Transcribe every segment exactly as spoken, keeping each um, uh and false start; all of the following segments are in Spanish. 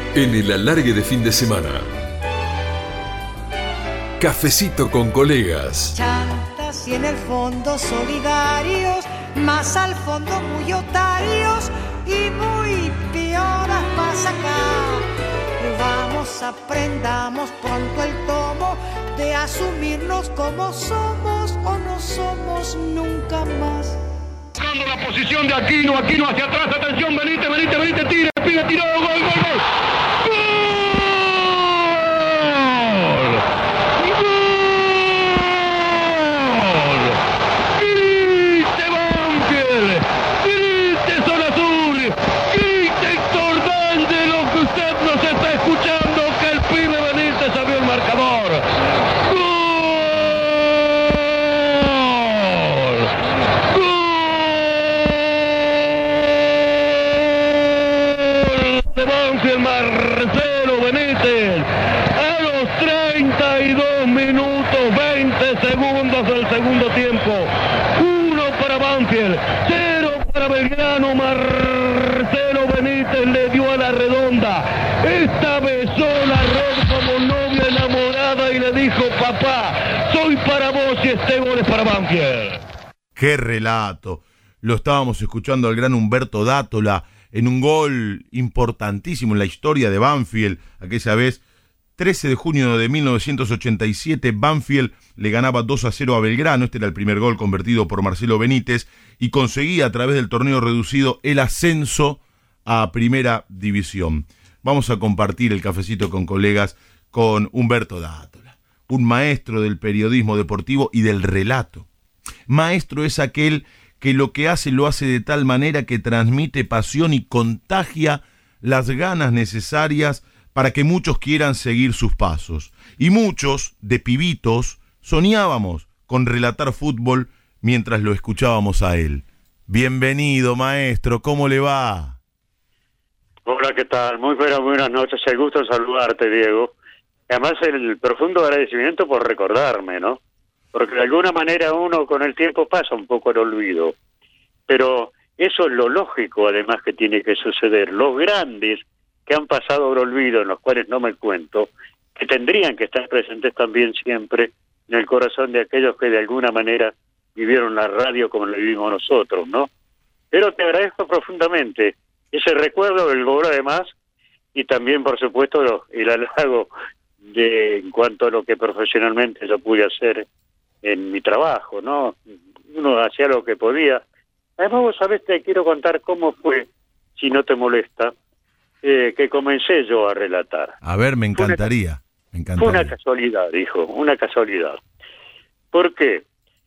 en el alargue de fin de semana. Cafecito con colegas. Chantas y en el fondo solidarios, más al fondo muy otarios y muy pioras pasa acá. Vamos, aprendamos pronto el tomo de asumirnos como somos o no somos nunca más. Buscando la posición de Aquino, Aquino hacia atrás, atención, Benítez, Benítez, Benítez, tira, pide, tiró, gol, gol, gol. Marcelo Benítez a los treinta y dos minutos veinte segundos del segundo tiempo. Uno para Banfield, cero para Belgrano. Marcelo Benítez le dio a la redonda. Esta besó la red como novia enamorada y le dijo: papá, soy para vos y este gol es para Banfield. Qué relato. Lo estábamos escuchando al gran Humberto Dátola en un gol importantísimo en la historia de Banfield. Aquella vez, trece de junio de mil novecientos ochenta y siete, Banfield le ganaba dos a cero a Belgrano. Este era el primer gol convertido por Marcelo Benítez y conseguía a través del torneo reducido el ascenso a Primera División. Vamos a compartir el cafecito con colegas con Humberto Dátola, un maestro del periodismo deportivo y del relato. Maestro es aquel que lo que hace lo hace de tal manera que transmite pasión y contagia las ganas necesarias para que muchos quieran seguir sus pasos. Y muchos, de pibitos, soñábamos con relatar fútbol mientras lo escuchábamos a él. Bienvenido, maestro, ¿cómo le va? Hola, ¿qué tal? Muy buenas, buenas noches, el gusto de saludarte, Diego. Además, el profundo agradecimiento por recordarme, ¿no? Porque de alguna manera uno con el tiempo pasa un poco el olvido. Pero eso es lo lógico, además, que tiene que suceder. Los grandes que han pasado el olvido, en los cuales no me cuento, que tendrían que estar presentes también siempre en el corazón de aquellos que de alguna manera vivieron la radio como la vivimos nosotros, ¿no? Pero te agradezco profundamente ese recuerdo del gol, además, y también, por supuesto, el halago de en cuanto a lo que profesionalmente yo pude hacer en mi trabajo, ¿no? Uno hacía lo que podía. Además, vos sabés, te quiero contar cómo fue, si no te molesta, eh, que comencé yo a relatar. A ver, me encantaría, me encantaría. Fue una casualidad, hijo, una casualidad. ¿Por qué?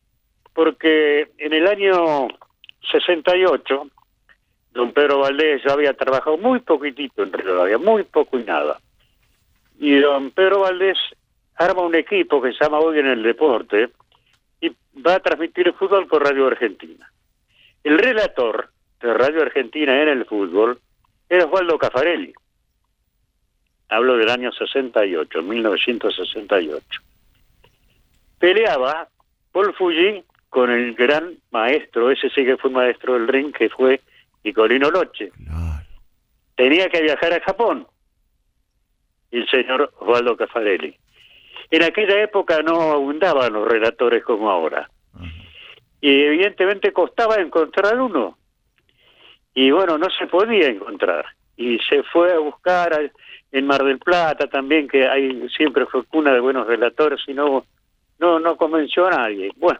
Porque en el año sesenta y ocho, don Pedro Valdés ya había trabajado muy poquitito en Rivadavia, muy poco y nada. Y don Pedro Valdés arma un equipo que se llama Hoy en el Deporte y va a transmitir fútbol por Radio Argentina. El relator de Radio Argentina en el fútbol era Osvaldo Caffarelli. Hablo del año sesenta y ocho, mil novecientos sesenta y ocho. Peleaba Paul Fulgi con el gran maestro, ese sí que fue maestro del ring, que fue Nicolino Loche. Claro. Tenía que viajar a Japón el señor Osvaldo Caffarelli. En aquella época no abundaban los relatores como ahora. Uh-huh. Y evidentemente costaba encontrar uno. Y bueno, no se podía encontrar. Y se fue a buscar a, en Mar del Plata también, que hay siempre fue cuna de buenos relatores, y no, no, no convenció a nadie. Bueno,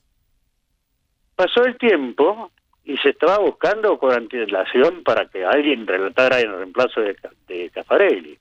pasó el tiempo y se estaba buscando con antelación para que alguien relatara en el reemplazo de, de Caffarelli.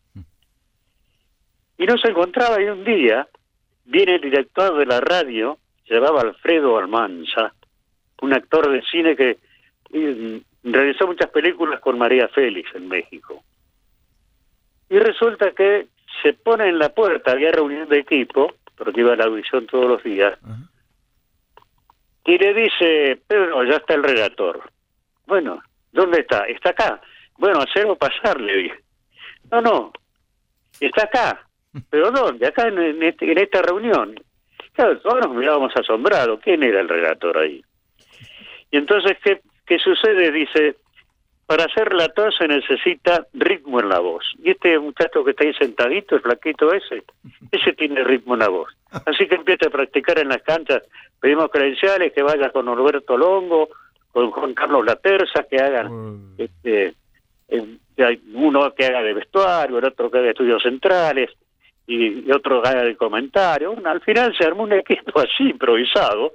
Y no se encontraba, y un día viene el director de la radio, se llamaba Alfredo Almanza, un actor de cine que y, realizó muchas películas con María Félix en México. Y resulta que se pone en la puerta, había reunión de equipo, porque iba a la audición todos los días, uh-huh. Y le dice: Pedro, ya está el relator. Bueno, ¿dónde está? Está acá. Bueno, hacelo pasar, le dije. No, no, está acá. ¿Pero dónde? Acá en, en, este, en esta reunión. Claro, todos nos mirábamos asombrados. ¿Quién era el relator ahí? Y entonces, ¿qué, qué sucede? Dice, para ser relator se necesita ritmo en la voz. Y este muchacho que está ahí sentadito, el flaquito ese, ese tiene ritmo en la voz. Así que empieza a practicar en las canchas. Pedimos credenciales, que vaya con Norberto Longo, con Juan Carlos Laterza, que hagan, uh. este, eh, uno que haga de vestuario, el otro que haga de estudios centrales, y, y otro que haga de comentario. Bueno, al final se armó un equipo así, improvisado,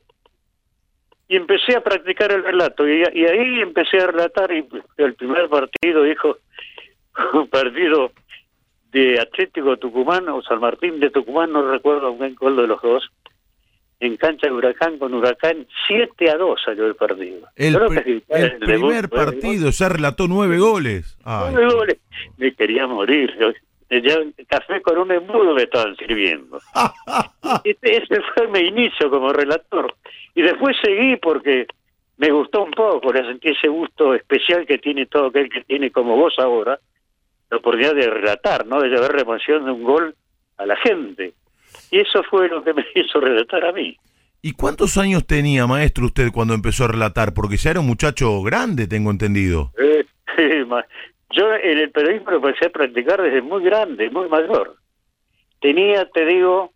y empecé a practicar el relato, y, y ahí empecé a relatar, y el primer partido, dijo, un partido de Atlético Tucumán o San Martín de Tucumán, no recuerdo bien cuál de los dos, en cancha de Huracán con Huracán, siete a dos salió el partido. El, pr el, el primer debut, partido, ya relató nueve goles. Ay. Nueve goles. Me quería morir. Ya café con un embudo me estaban sirviendo. Este, ese fue mi inicio como relator. Y después seguí porque me gustó un poco, le sentí ese gusto especial que tiene todo aquel que tiene como vos ahora, la oportunidad de relatar, ¿no? De llevar la emoción de un gol a la gente. Y eso fue lo que me hizo relatar a mí. ¿Y cuántos años tenía, maestro, usted cuando empezó a relatar? Porque ya era un muchacho grande, tengo entendido. Eh, eh, yo en el periodismo lo empecé a practicar desde muy grande, muy mayor. Tenía, te digo,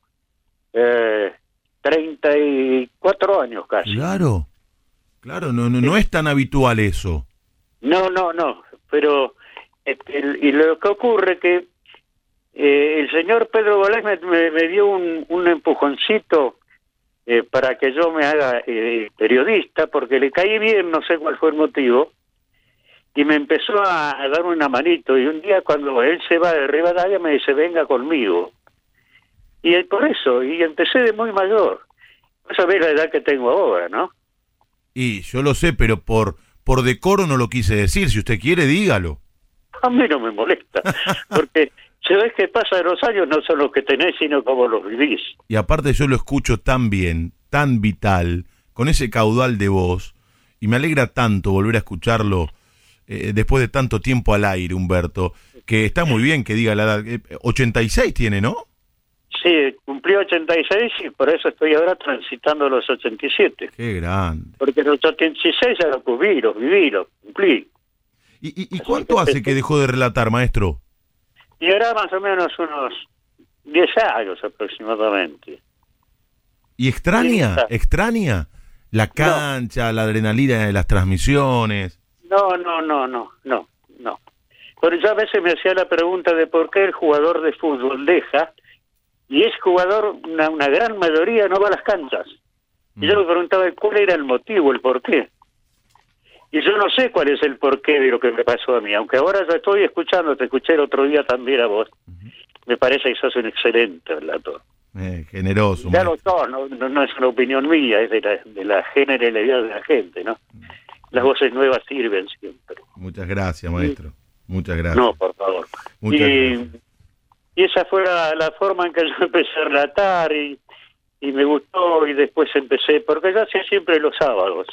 eh, treinta y cuatro años casi. Claro, claro, no, no, no es tan habitual eso. No, no, no, pero el, y lo que ocurre que Eh, el señor Pedro Valdés me, me, me dio un, un empujoncito eh, para que yo me haga eh, periodista, porque le caí bien, no sé cuál fue el motivo, y me empezó a, a dar una manito, y un día cuando él se va de Rivadavia me dice, venga conmigo. Y por eso, y empecé de muy mayor. Vas a ver la edad que tengo ahora, ¿no? Y yo lo sé, pero por, por decoro no lo quise decir. Si usted quiere, dígalo. A mí no me molesta, porque... ¿Sabés qué pasa? Los años no son los que tenés, sino como los vivís. Y aparte yo lo escucho tan bien, tan vital, con ese caudal de voz, y me alegra tanto volver a escucharlo eh, después de tanto tiempo al aire, Humberto, que está muy bien que diga la edad. Eh, ochenta y seis tiene, ¿no? Sí, cumplí ochenta y seis y por eso estoy ahora transitando los ochenta y siete. Qué grande. Porque los ochenta y seis ya los cumplí, los viví, los cumplí. ¿Y, y, y cuánto hace que dejó de relatar, maestro? Y ahora más o menos unos diez años aproximadamente. ¿Y extraña? ¿Extraña? La cancha, no. La adrenalina de las transmisiones. No, no, no, no, no, no. Pero yo a veces me hacía la pregunta de por qué el jugador de fútbol deja, y ese jugador, una, una gran mayoría, no va a las canchas. Y mm. yo me preguntaba cuál era el motivo, el por qué. Y yo no sé cuál es el porqué de lo que me pasó a mí, aunque ahora yo estoy escuchando, te escuché el otro día también a vos. Uh-huh. Me parece que sos un excelente relator. Eh, generoso. Ya lo sos, no, no, no es una opinión mía, es de la, de la generalidad de la gente, ¿no? Las voces nuevas sirven siempre. Muchas gracias, maestro. Sí. Muchas gracias. No, por favor. Muchas y, gracias. Y esa fue la, la forma en que yo empecé a relatar y, y me gustó, y después empecé, porque yo hacía siempre los sábados.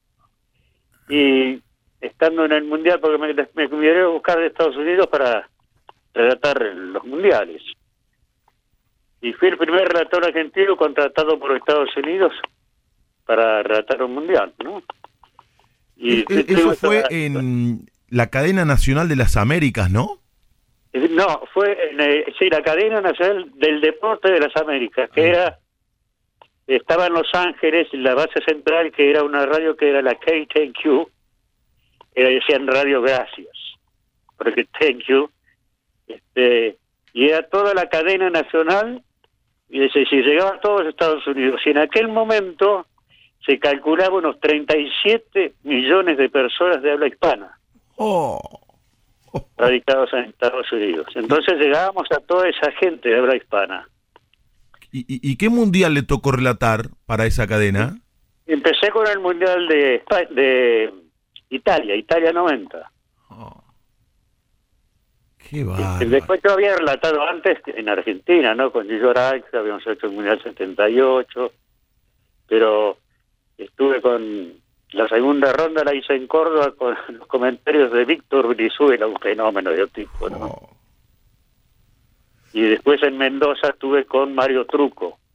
Y estando en el Mundial, porque me, me miré a buscar de Estados Unidos para relatar los mundiales. Y fui el primer relator argentino contratado por Estados Unidos para relatar un mundial, ¿no? Y eso fue toda... en la cadena nacional de las Américas, ¿no? No, fue en eh, sí, la cadena nacional del deporte de las Américas, que ah. era... Estaba en Los Ángeles, la base central, que era una radio que era la K T Q, que decían Radio Gracias, porque Thank You, este, y era toda la cadena nacional, y dice, si llegaba a todos Estados Unidos, y en aquel momento se calculaba unos treinta y siete millones de personas de habla hispana, oh. radicados en Estados Unidos. Entonces llegábamos a toda esa gente de habla hispana. ¿Y, y, ¿Y qué mundial le tocó relatar para esa cadena? Empecé con el mundial de, de Italia, Italia noventa. Oh. Qué bárbaro. Después yo había relatado antes en Argentina, ¿no? Con Gillo Arax, habíamos hecho el mundial setenta y ocho, pero estuve con la segunda ronda, la hice en Córdoba con los comentarios de Víctor Brizuela, un fenómeno de tipo, ¿no? Oh. Y después en Mendoza estuve con Mario Truco,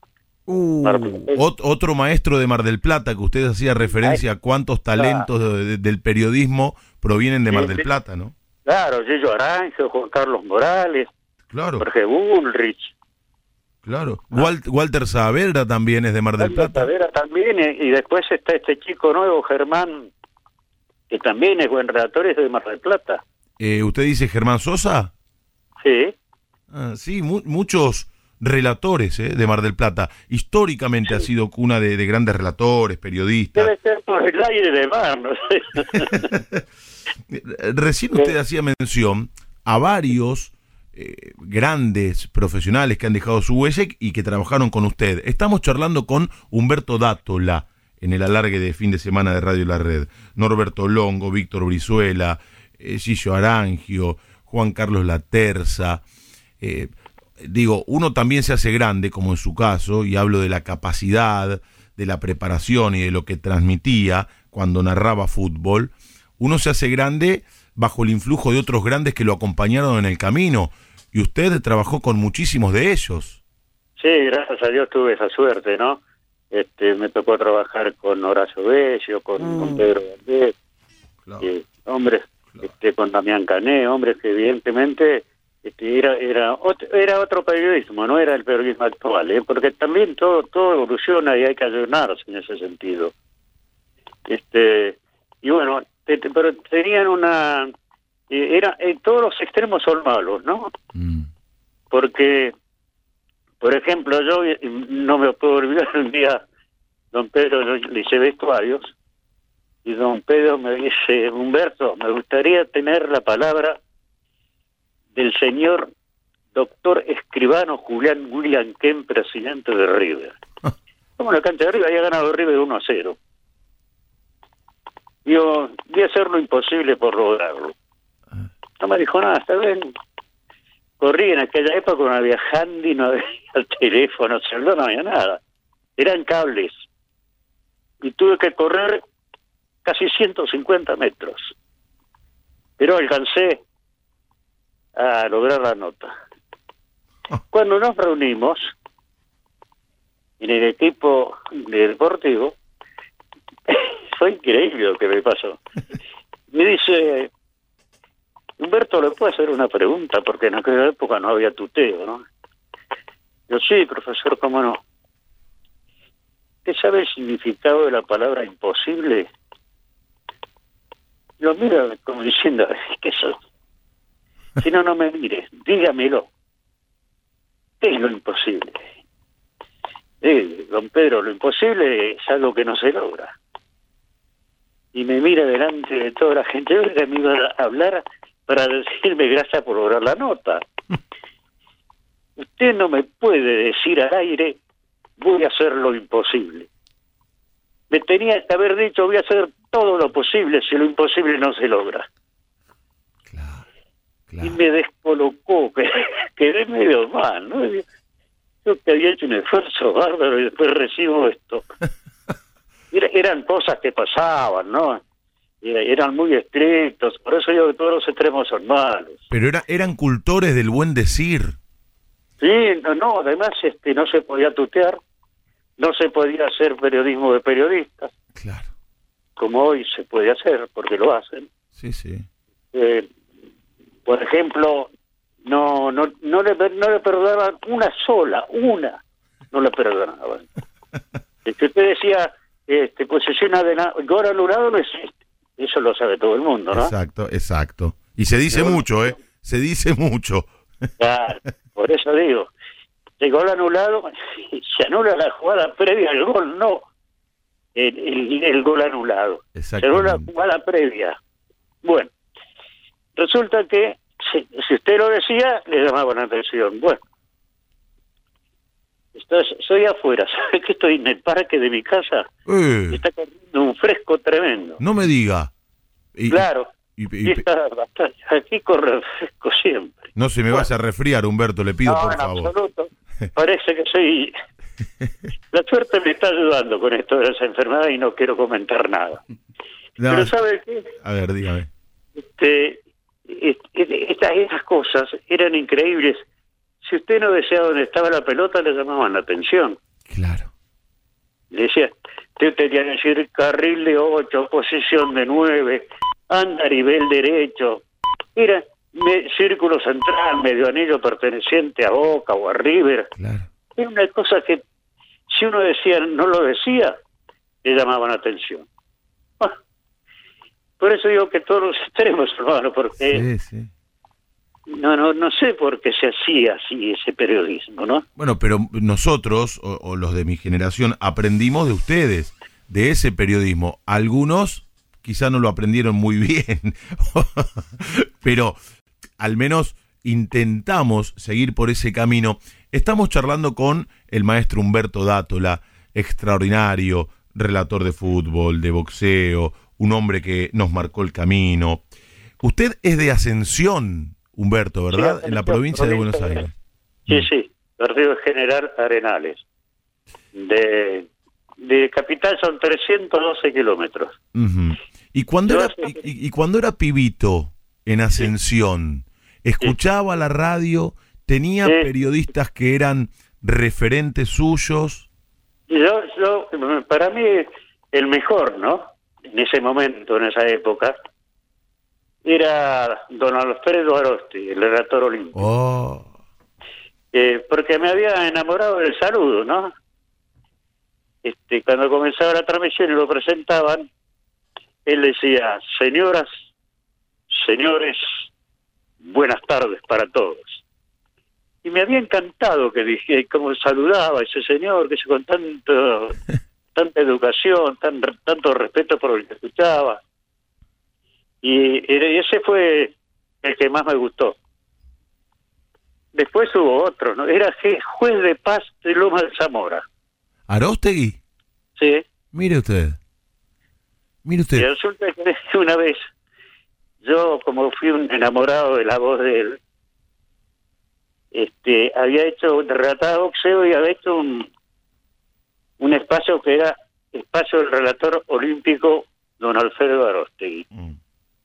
Uh, ot- otro maestro de Mar del Plata, que usted hacía referencia a cuántos talentos de, de, del periodismo provienen de Mar del Plata, ¿no? Claro, Gillo Arangio, Juan Carlos Morales, claro. Jorge Bullrich. Claro, Walt, Walter Saavedra también es de Mar del Walter Plata. Saavedra también, y después está este chico nuevo, Germán, que también es buen relator, es de Mar del Plata. Eh, ¿Usted dice Germán Sosa? Sí. Ah, sí, mu- muchos relatores eh, de Mar del Plata. Históricamente sí. Ha sido cuna de, de grandes relatores, periodistas. Debe ser por el aire de mar, no sé. Recién usted hacía mención a varios eh, grandes profesionales que han dejado su huella y que trabajaron con usted. Estamos charlando con Humberto Dátola en el alargue de fin de semana de Radio La Red. Norberto Longo, Víctor Brizuela, eh, Gillo Arangio, Juan Carlos Laterza. Eh, digo, uno también se hace grande, como en su caso, y hablo de la capacidad, de la preparación y de lo que transmitía cuando narraba fútbol. Uno se hace grande bajo el influjo de otros grandes que lo acompañaron en el camino, y usted trabajó con muchísimos de ellos. Sí, gracias a Dios tuve esa suerte, ¿no? Este, me tocó trabajar con Horacio Bello, con, mm. con Pedro Valdés, claro. eh, hombres, claro. este, con Damián Cané, hombres que evidentemente este, era era otro, era otro periodismo, no era el periodismo actual, ¿eh? Porque también todo todo evoluciona y hay que ayunarse en ese sentido. Este y bueno, te, te, pero tenían una eh, era eh, todos los extremos son malos, ¿no? Mm. Porque por ejemplo, yo no me puedo olvidar un día, don Pedro le hice vestuarios, y don Pedro me dice, Humberto, me gustaría tener la palabra del señor doctor escribano Julián William Kemp, presidente de River. Como la cancha de River había ganado River uno a cero. Yo voy a hacer lo imposible por lograrlo. No me dijo nada, está bien. Corrí en aquella época, no había handy, no había teléfono, celular, no había nada. Eran cables. Y tuve que correr casi ciento cincuenta metros. Pero alcancé a lograr la nota. Cuando nos reunimos en el equipo de deportivo, fue increíble lo que me pasó. Me dice... Humberto, ¿le puedo hacer una pregunta? Porque en aquella época no había tuteo, ¿no? Yo, sí, profesor, ¿cómo no? ¿Usted sabe el significado de la palabra imposible? Yo, mira, como diciendo, ¿qué es eso? Si no, no me mire, dígamelo. ¿Qué es lo imposible? Eh, don Pedro, lo imposible es algo que no se logra. Y me mira delante de toda la gente, yo que me iba a hablar para decirme gracias por lograr la nota. Usted no me puede decir al aire, voy a hacer lo imposible. Me tenía que haber dicho, voy a hacer todo lo posible si lo imposible no se logra. Claro, claro. Y me descolocó, que quedé medio mal, ¿no? Yo que había hecho un esfuerzo bárbaro y después recibo esto. Era, eran cosas que pasaban, ¿no? Eran muy estrictos, por eso digo que todos los extremos son malos. Pero era, eran cultores del buen decir. Sí, no, no, además este, no se podía tutear, no se podía hacer periodismo de periodistas. Claro. Como hoy se puede hacer, porque lo hacen. Sí, sí. Eh, por ejemplo, no no no le, no le perdonaban una sola, una, no le perdonaban. Si usted decía, este, posesión de gol anulado no existe. Eso lo sabe todo el mundo, ¿no? Exacto, exacto. Y se dice bueno, mucho, ¿eh? Se dice mucho. Claro, por eso digo, el gol anulado, se anula la jugada previa al gol, no el, el, el gol anulado. Se anula la jugada previa. Bueno, resulta que si, si usted lo decía, le llamaban la atención. Bueno, entonces, soy afuera, ¿sabe que estoy en el parque de mi casa? Eh. Está corriendo un fresco tremendo. No me diga. Y, claro, y, y, y está bastante, aquí corre el fresco siempre. No se me bueno. vaya a resfriar, Humberto, le pido no, por en favor. Absoluto. Parece que soy... La suerte me está ayudando con esto de esa enfermedad y no quiero comentar nada. No, pero ¿sabe qué? A ver, dígame. Este, estas, estas cosas eran increíbles. Si usted no decía dónde estaba la pelota, le llamaban la atención. Claro. Le decía, usted tenía que decir carril de ocho, posición de nueve, anda a nivel derecho. Era me, círculo central, medio anillo perteneciente a Boca o a River. Claro. Era una cosa que, si uno decía, no lo decía, le llamaban la atención. Ah, por eso digo que todos los extremos, hermano, porque... Sí, sí. No, no, no sé por qué se hacía así ese periodismo, ¿no? Bueno, pero nosotros, o, o los de mi generación, aprendimos de ustedes, de ese periodismo. Algunos quizá no lo aprendieron muy bien, pero al menos intentamos seguir por ese camino. Estamos charlando con el maestro Humberto Dátola, extraordinario, relator de fútbol, de boxeo, un hombre que nos marcó el camino. Usted es de Ascensión, Humberto, ¿verdad? Sí, en la provincia de Buenos Aires. Sí, sí, Río General Arenales. De, de capital son trescientos doce kilómetros. Uh-huh. ¿Y cuando Yo era hace- y, y cuando era pibito en Ascensión, escuchaba la radio, tenía Sí. periodistas que eran referentes suyos? Yo, yo, para mí, el mejor, ¿no? En ese momento, en esa época, era don Alfredo Arosti, el relator olímpico. Oh, Eh, porque me había enamorado del saludo, ¿no? Este, cuando comenzaba la transmisión y lo presentaban, él decía, señoras, señores, buenas tardes para todos. Y me había encantado que dije cómo saludaba a ese señor, que se con tanto, tanta educación, tan, tanto respeto por el que escuchaba. Y, y ese fue el que más me gustó. Después hubo otro, ¿no? Era je- juez de paz de Loma de Zamora. Aróstegui, Sí. mire usted, mire Y usted. resulta que una vez, yo como fui un enamorado de la voz de él, este, había hecho, relataba boxeo y había hecho un, un espacio que era espacio del relator olímpico don Alfredo Aróstegui. Mm.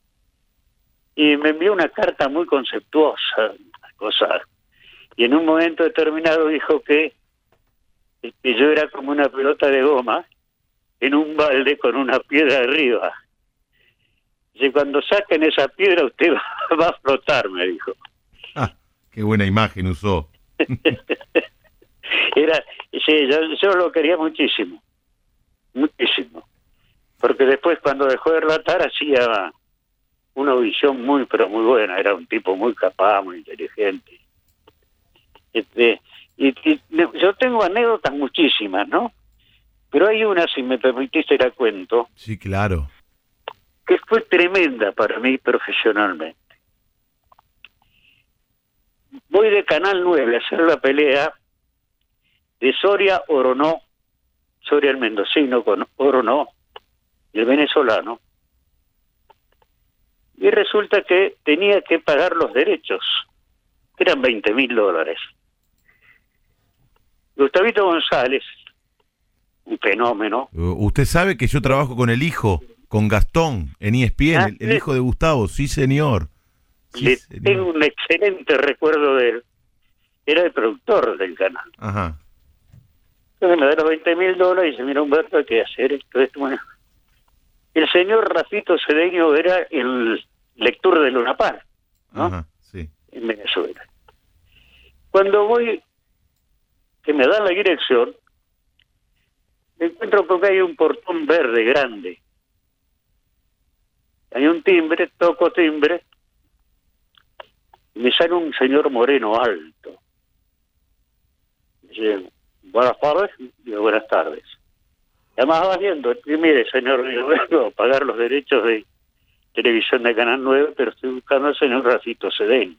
Y me envió una carta muy conceptuosa, una cosa, y en un momento determinado dijo que, que yo era como una pelota de goma en un balde con una piedra arriba. Dice, cuando saquen esa piedra usted va, va a flotar, me dijo. Ah, qué buena imagen usó. Era, sí, yo, yo lo quería muchísimo, muchísimo. Porque después cuando dejó de relatar hacía una visión muy, pero muy buena. Era un tipo muy capaz, muy inteligente. Este, y, y yo tengo anécdotas muchísimas, ¿no? Pero hay una, si me permitiste, la cuento, Sí, claro. que fue tremenda para mí profesionalmente. Voy de Canal nueve a hacer la pelea de Soria Oronó, Soria el mendocino con Oronó, el venezolano, y resulta que tenía que pagar los derechos, que eran veinte mil dólares. Gustavito González, un fenómeno. Uh, Usted sabe que yo trabajo con el hijo, con Gastón, en E S P N, Ah, el, el sí. hijo de Gustavo, sí señor. Sí, Le señor. tengo un excelente recuerdo de él. Era el productor del canal. Ajá. Entonces me da los veinte mil dólares y dice, mira Humberto, hay que hacer esto, esto. Bueno, el señor Rafito Cedeño era el lector de Luna Par, ¿no? Ajá, sí. En Venezuela. Cuando voy, que me dan la dirección, me encuentro con que hay un portón verde grande. Hay un timbre, toco timbre, y me sale un señor moreno alto. Dice, buenas tardes. Digo, buenas tardes. Además va viendo, y mire señor, yo vengo a pagar los derechos de televisión de Canal nueve, pero estoy buscando al señor Rafito Cedeño.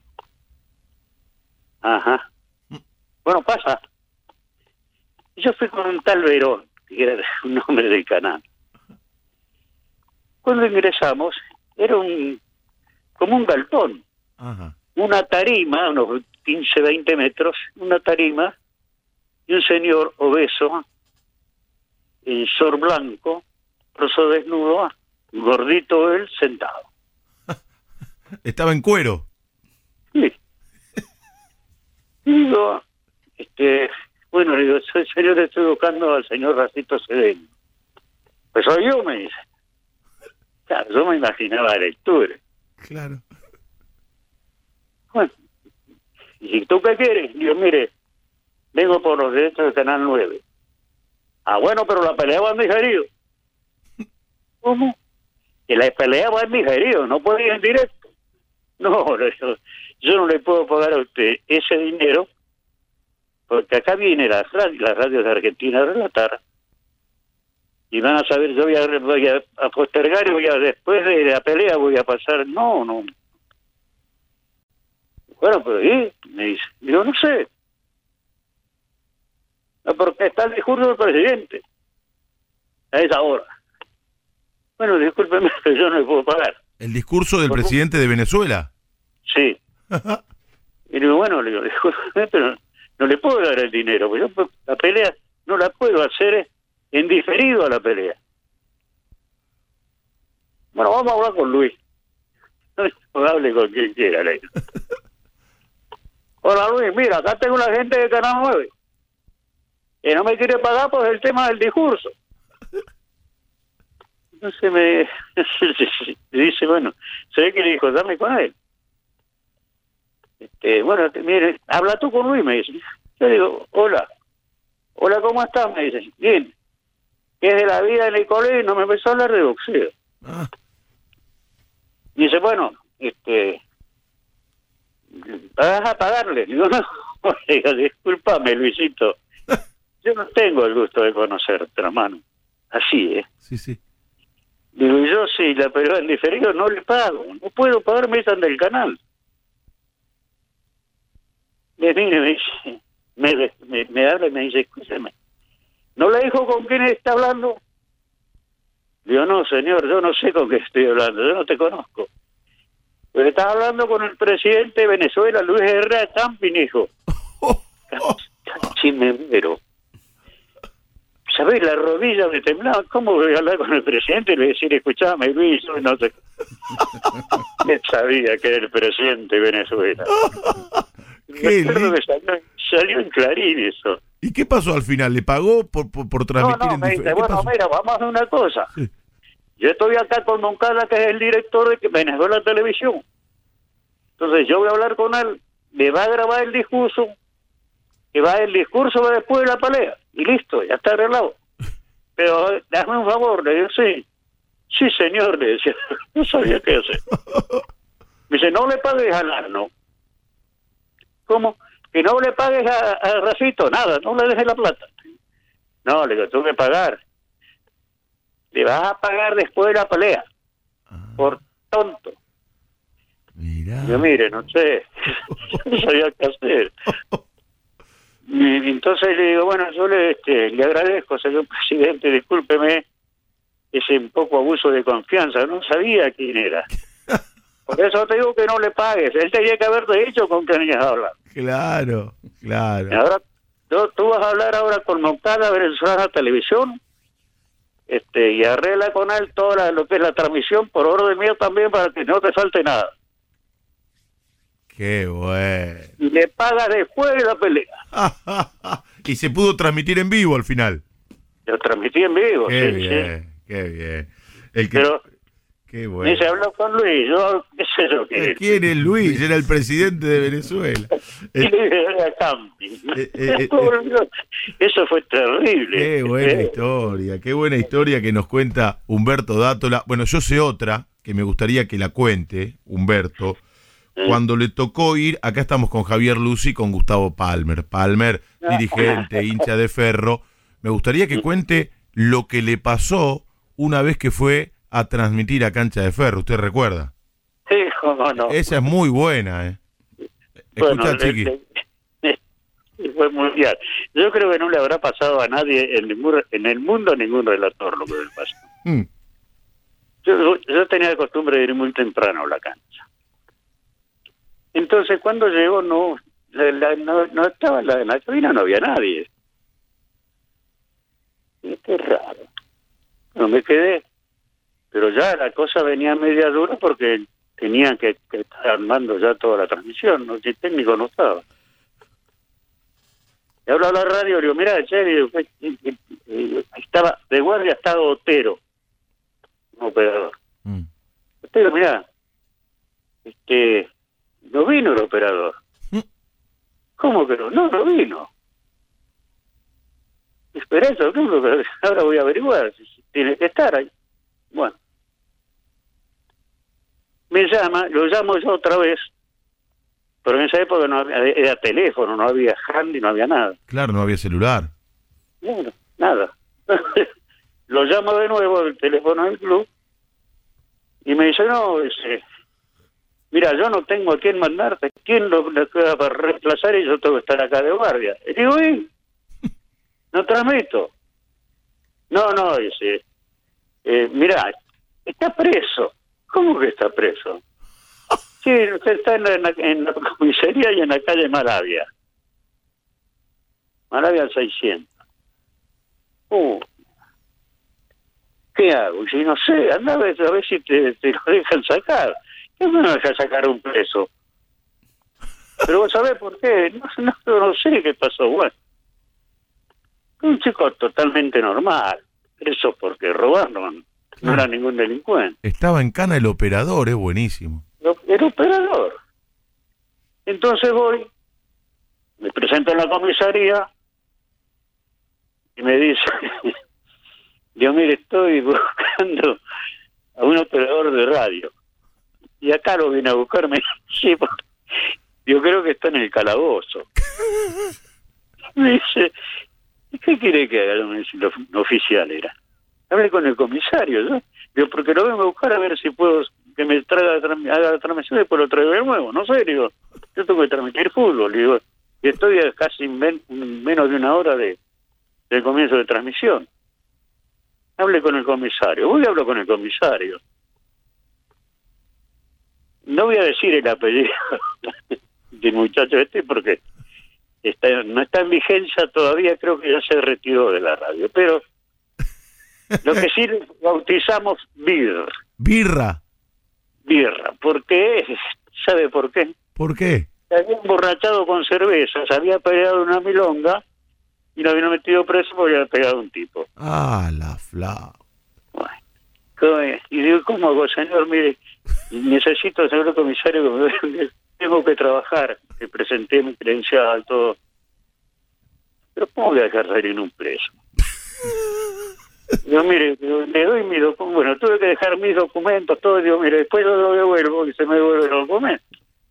Ajá. Bueno, pasa. Yo fui con un tal Verón, que era un nombre del canal. Cuando ingresamos, era un como un galpón, Ajá. una tarima, unos quince, veinte metros, una tarima, y un señor obeso, en short blanco, torso desnudo, gordito él, sentado. Estaba en cuero. Sí. Y digo, este, Bueno, le digo, soy señor, estoy buscando al señor Racito Cedeño. Pues soy yo, me dice. Claro, yo me imaginaba la lectura. Claro. Bueno, ¿y tú qué quieres? Digo, mire, vengo por los derechos del Canal nueve. Ah, bueno, pero la pelea va en diferido. ¿Cómo? Que la pelea va en diferido, no puede ir en directo. No, yo, yo no le puedo pagar a usted ese dinero, porque acá viene la radio, las radios de Argentina a relatar, y van a saber, yo voy a, voy a, a postergar y voy a, después de la pelea voy a pasar. No, no. Bueno, pero ¿y? Me dice, yo no sé. No, porque está el discurso del presidente a esa hora. Bueno, discúlpeme, pero yo no le puedo pagar. ¿El discurso del ¿Por presidente de Venezuela? Sí. Y digo, bueno, le digo, discúlpeme, pero no le puedo dar el dinero, porque yo la pelea no la puedo hacer en diferido a la pelea. Bueno, vamos a hablar con Luis. No hable con quien quiera, le digo. Hola Luis, mira, acá tengo una gente de Canal nueve que no me quiere pagar por el tema del discurso. Entonces me dice, bueno, se ve que le dijo, dame con él. Este, bueno, mire, habla tú con Luis, me dice. Yo digo, hola, hola, ¿cómo estás? Me dice, bien. ¿Qué es de la vida en el colegio? No me empezó a hablar de boxeo. Ah. Dice, bueno, este, vas a pagarle. Digo, no, digo, discúlpame, Luisito. Yo no tengo el gusto de conocerte, hermano. Así, ¿eh? Sí, sí. Digo, yo sí, la pelea en diferido no le pago. No puedo pagar, me echan del canal. Me mire, me dice, me, me, me habla y me dice, escúchame, ¿no le dijo con quién está hablando? Digo, no, señor, yo no sé con qué estoy hablando, yo no te conozco. Pero estás hablando con el presidente de Venezuela, Luis Herrera Campin, hijo. Casi me muero. ¿Sabés? La rodilla me temblaba. ¿Cómo voy a hablar con el presidente y le voy a decir, escuchame, Luis? Yo no sé. Sabía que era el presidente de Venezuela. Qué Recuerdo que salió, salió en Clarín eso. ¿Y qué pasó al final? ¿Le pagó por, por, por transmitir No, no, en me difer- dice, ¿Qué bueno, pasó? mira, vamos a hacer una cosa. Sí. Yo estoy acá con Moncada, que es el director de Venezuela Televisión. Entonces yo voy a hablar con él, me va a grabar el discurso, que va el discurso va después de la pelea, y listo, ya está arreglado. Pero hazme un favor, le digo, sí. Sí, señor, le decía, no sabía qué hacer. Me dice, no le pagues a Narno. ¿Cómo? Que no le pagues a, a Racito, nada, no le dejes la plata. No, le digo, tengo que pagar. Le vas a pagar después de la pelea. Ah, Por tonto. mirá. Yo, mire, no sé, no sabía qué hacer. Y entonces le digo, bueno, yo le, este, le agradezco, señor presidente, discúlpeme ese un poco abuso de confianza, no sabía quién era. Por eso te digo que no le pagues, él tenía que haberte dicho con quién ibas a hablar. Claro, claro. Y ahora, tú, tú vas a hablar ahora con Moncada, Venezuela Televisión, este, y arregla con él toda la, lo que es la transmisión, por orden mío también, para que no te falte nada. Qué bueno. Y le paga después de la pelea. Y se pudo transmitir en vivo al final. Lo transmití en vivo. Qué sí, bien, sí. qué bien. El que, Pero qué me bueno. dice, habló con Luis, yo qué sé yo qué. ¿Quién es Luis? Era el presidente de Venezuela. Y Eh, le dije, era Campi. eh, eh, Eso fue terrible. Qué buena Eh, historia, qué buena historia que nos cuenta Humberto Dátola. Bueno, yo sé otra que me gustaría que la cuente, Humberto. Cuando le tocó ir, acá estamos con Javier Lucy, con Gustavo Palmer. Palmer, dirigente, hincha de Ferro. Me gustaría que cuente lo que le pasó una vez que fue a transmitir a Cancha de Ferro. ¿Usted recuerda? Sí, cómo no. Esa es muy buena, ¿eh? Escucha, Bueno, Chiqui. este, fue mundial. Yo creo que no le habrá pasado a nadie en, ningún, en el mundo, a ningún relator lo que le pasó. Mm. Yo, yo tenía la costumbre de ir muy temprano a la cancha. Entonces, cuando llegó, no la, la, no, no estaba en la, en la cabina, no había nadie. Y qué raro. No me quedé. Pero ya la cosa venía media dura porque tenían que, que estar armando ya toda la transmisión, ¿no? El técnico no estaba. Le hablo a la radio, le digo, mirá, che, le digo, estaba de guardia, estaba Otero, un operador. Mm. Otero, mirá, este, no vino el operador. Mm. ¿Cómo que no? No, no vino. Espera eso, no, ahora voy a averiguar si tiene que estar ahí. Bueno. Me llama, lo llamo yo otra vez, pero en esa época no había, era teléfono, no había handy, no había nada. Claro, no había celular. Bueno, nada. Lo llamo de nuevo al teléfono del club y me dice, no, ese, mira, yo no tengo a quién mandarte, ¿quién lo, lo queda para reemplazar y yo tengo que estar acá de guardia? Y digo, ¿y? No transmito. No, no, dice, eh, mira, está preso. ¿Cómo que está preso? Sí, usted está en la, en la comisaría y en la calle Maravia. Maravia seiscientos. Uh, ¿qué hago? Y si no sé, anda a ver, a ver si te, te lo dejan sacar. ¿Qué me deja sacar un preso? Pero vos sabés por qué. No, no, no sé qué pasó. Bueno, un chico totalmente normal. Eso porque robaron. No era ningún delincuente. Estaba en cana el operador, es buenísimo. El operador. Entonces voy, me presento en la comisaría y me dice, yo mire, estoy buscando a un operador de radio. Y acá lo vine a buscarme. Sí, yo creo que está en el calabozo. Me dice, ¿qué quiere que haga? Lo oficial era. Hablé con el comisario, ¿no? Digo, porque lo vengo a buscar a ver si puedo que me traiga haga la transmisión y después lo traigo de nuevo. No sé, digo, yo tengo que transmitir fútbol, digo, y estoy a casi men, menos de una hora de del comienzo de transmisión. Hablé con el comisario, voy y hablo con el comisario. No voy a decir el apellido del muchacho este porque está, no está en vigencia todavía, creo que ya se retiró de la radio, pero lo que sí bautizamos birra. ¿Birra? Birra. ¿Por qué? ¿Sabe por qué? ¿Por qué? Se había emborrachado con cerveza, se había pegado una milonga y lo habían metido preso porque había pegado un tipo. Ah, la fla. Bueno, ¿cómo es? Y digo, ¿cómo hago, señor? Mire, necesito, señor comisario, que me... tengo que trabajar. Le presenté mi credencial, todo. Pero ¿cómo voy a dejar salir en un preso? Digo, mire, le doy mi documento, bueno, tuve que dejar mis documentos, todo, digo, mire, después yo lo devuelvo y se me devuelve el documento.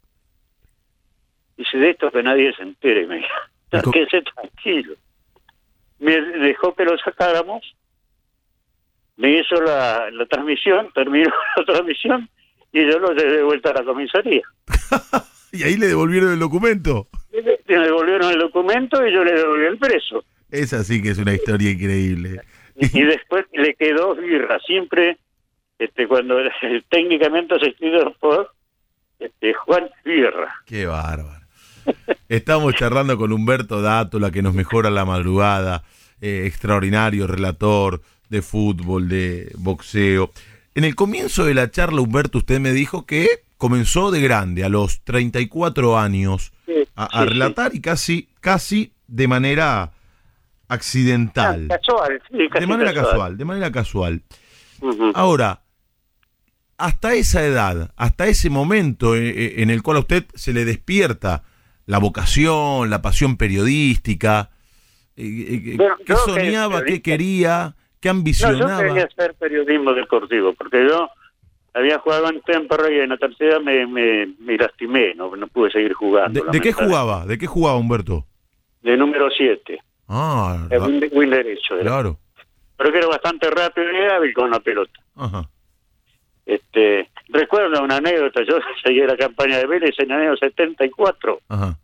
Dice, de esto que nadie se entere, me dijo, quédese tranquilo. Me dejó que lo sacáramos, me hizo la, la transmisión, terminó la transmisión y yo lo llevé de vuelta a la comisaría. ¿Y ahí le devolvieron el documento? Le, le devolvieron el documento y yo le devolví el preso. Esa sí que es una historia increíble. Y después le quedó birra, siempre, este, cuando técnicamente asistido por este, Juan Birra. Qué bárbaro. Estamos charlando con Humberto Dátola, que nos mejora la madrugada, eh, extraordinario relator de fútbol, de boxeo. En el comienzo de la charla, Humberto, usted me dijo que comenzó de grande, a los treinta y cuatro años, sí, a, a sí, relatar sí. y casi, casi de manera accidental. Ah, casual, sí, casi de manera casual. casual, de manera casual. Uh-huh. Ahora, hasta esa edad, hasta ese momento en, en el cual a usted se le despierta la vocación, la pasión periodística, eh, bueno, ¿qué soñaba, que qué quería, qué ambicionaba? No, yo quería hacer periodismo deportivo, porque yo había jugado en Temperley y en la tercera me, me, me lastimé, no, no pude seguir jugando. ¿De, ¿De qué jugaba? ¿De qué jugaba, Humberto? De número siete. Ah, es win, win derecho. Era. Claro. Pero que era bastante rápido y hábil con la pelota. Ajá. Este, recuerdo una anécdota, yo seguí la campaña de Vélez en el año setenta y cuatro. Ajá.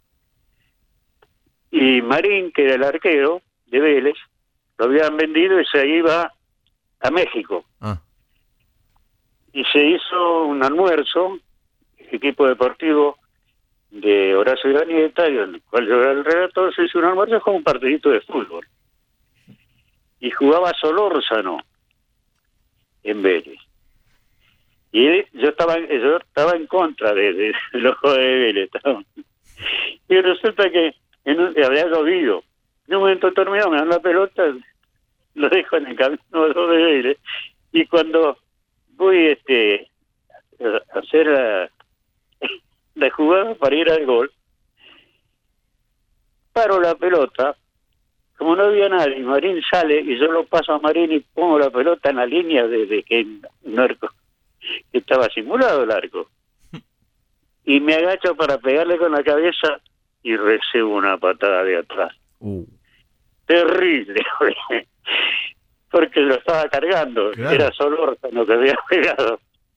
Y Marín, que era el arquero de Vélez, lo habían vendido y se iba a México. Ah. Y se hizo un almuerzo, equipo deportivo de Horacio Irañeta, y el cual yo era el relator, se hizo un almuerzo como un partidito de fútbol. Y jugaba Solórzano en Vélez. Y yo estaba yo estaba en contra de, de, de los juegos de Vélez. Estaba. Y resulta que en un, había llovido. en un momento determinado me dan la pelota, lo dejo en el camino de los deberes, y cuando voy este a hacer la, la jugada para ir al gol, paro la pelota, como no había nadie, Marín sale y yo lo paso a Marín y pongo la pelota en la línea de, de que un arco que estaba simulado el arco, y me agacho para pegarle con la cabeza y recibo una patada de atrás. Uh. Terrible, porque lo estaba cargando, claro. Era Solórzano que había pegado.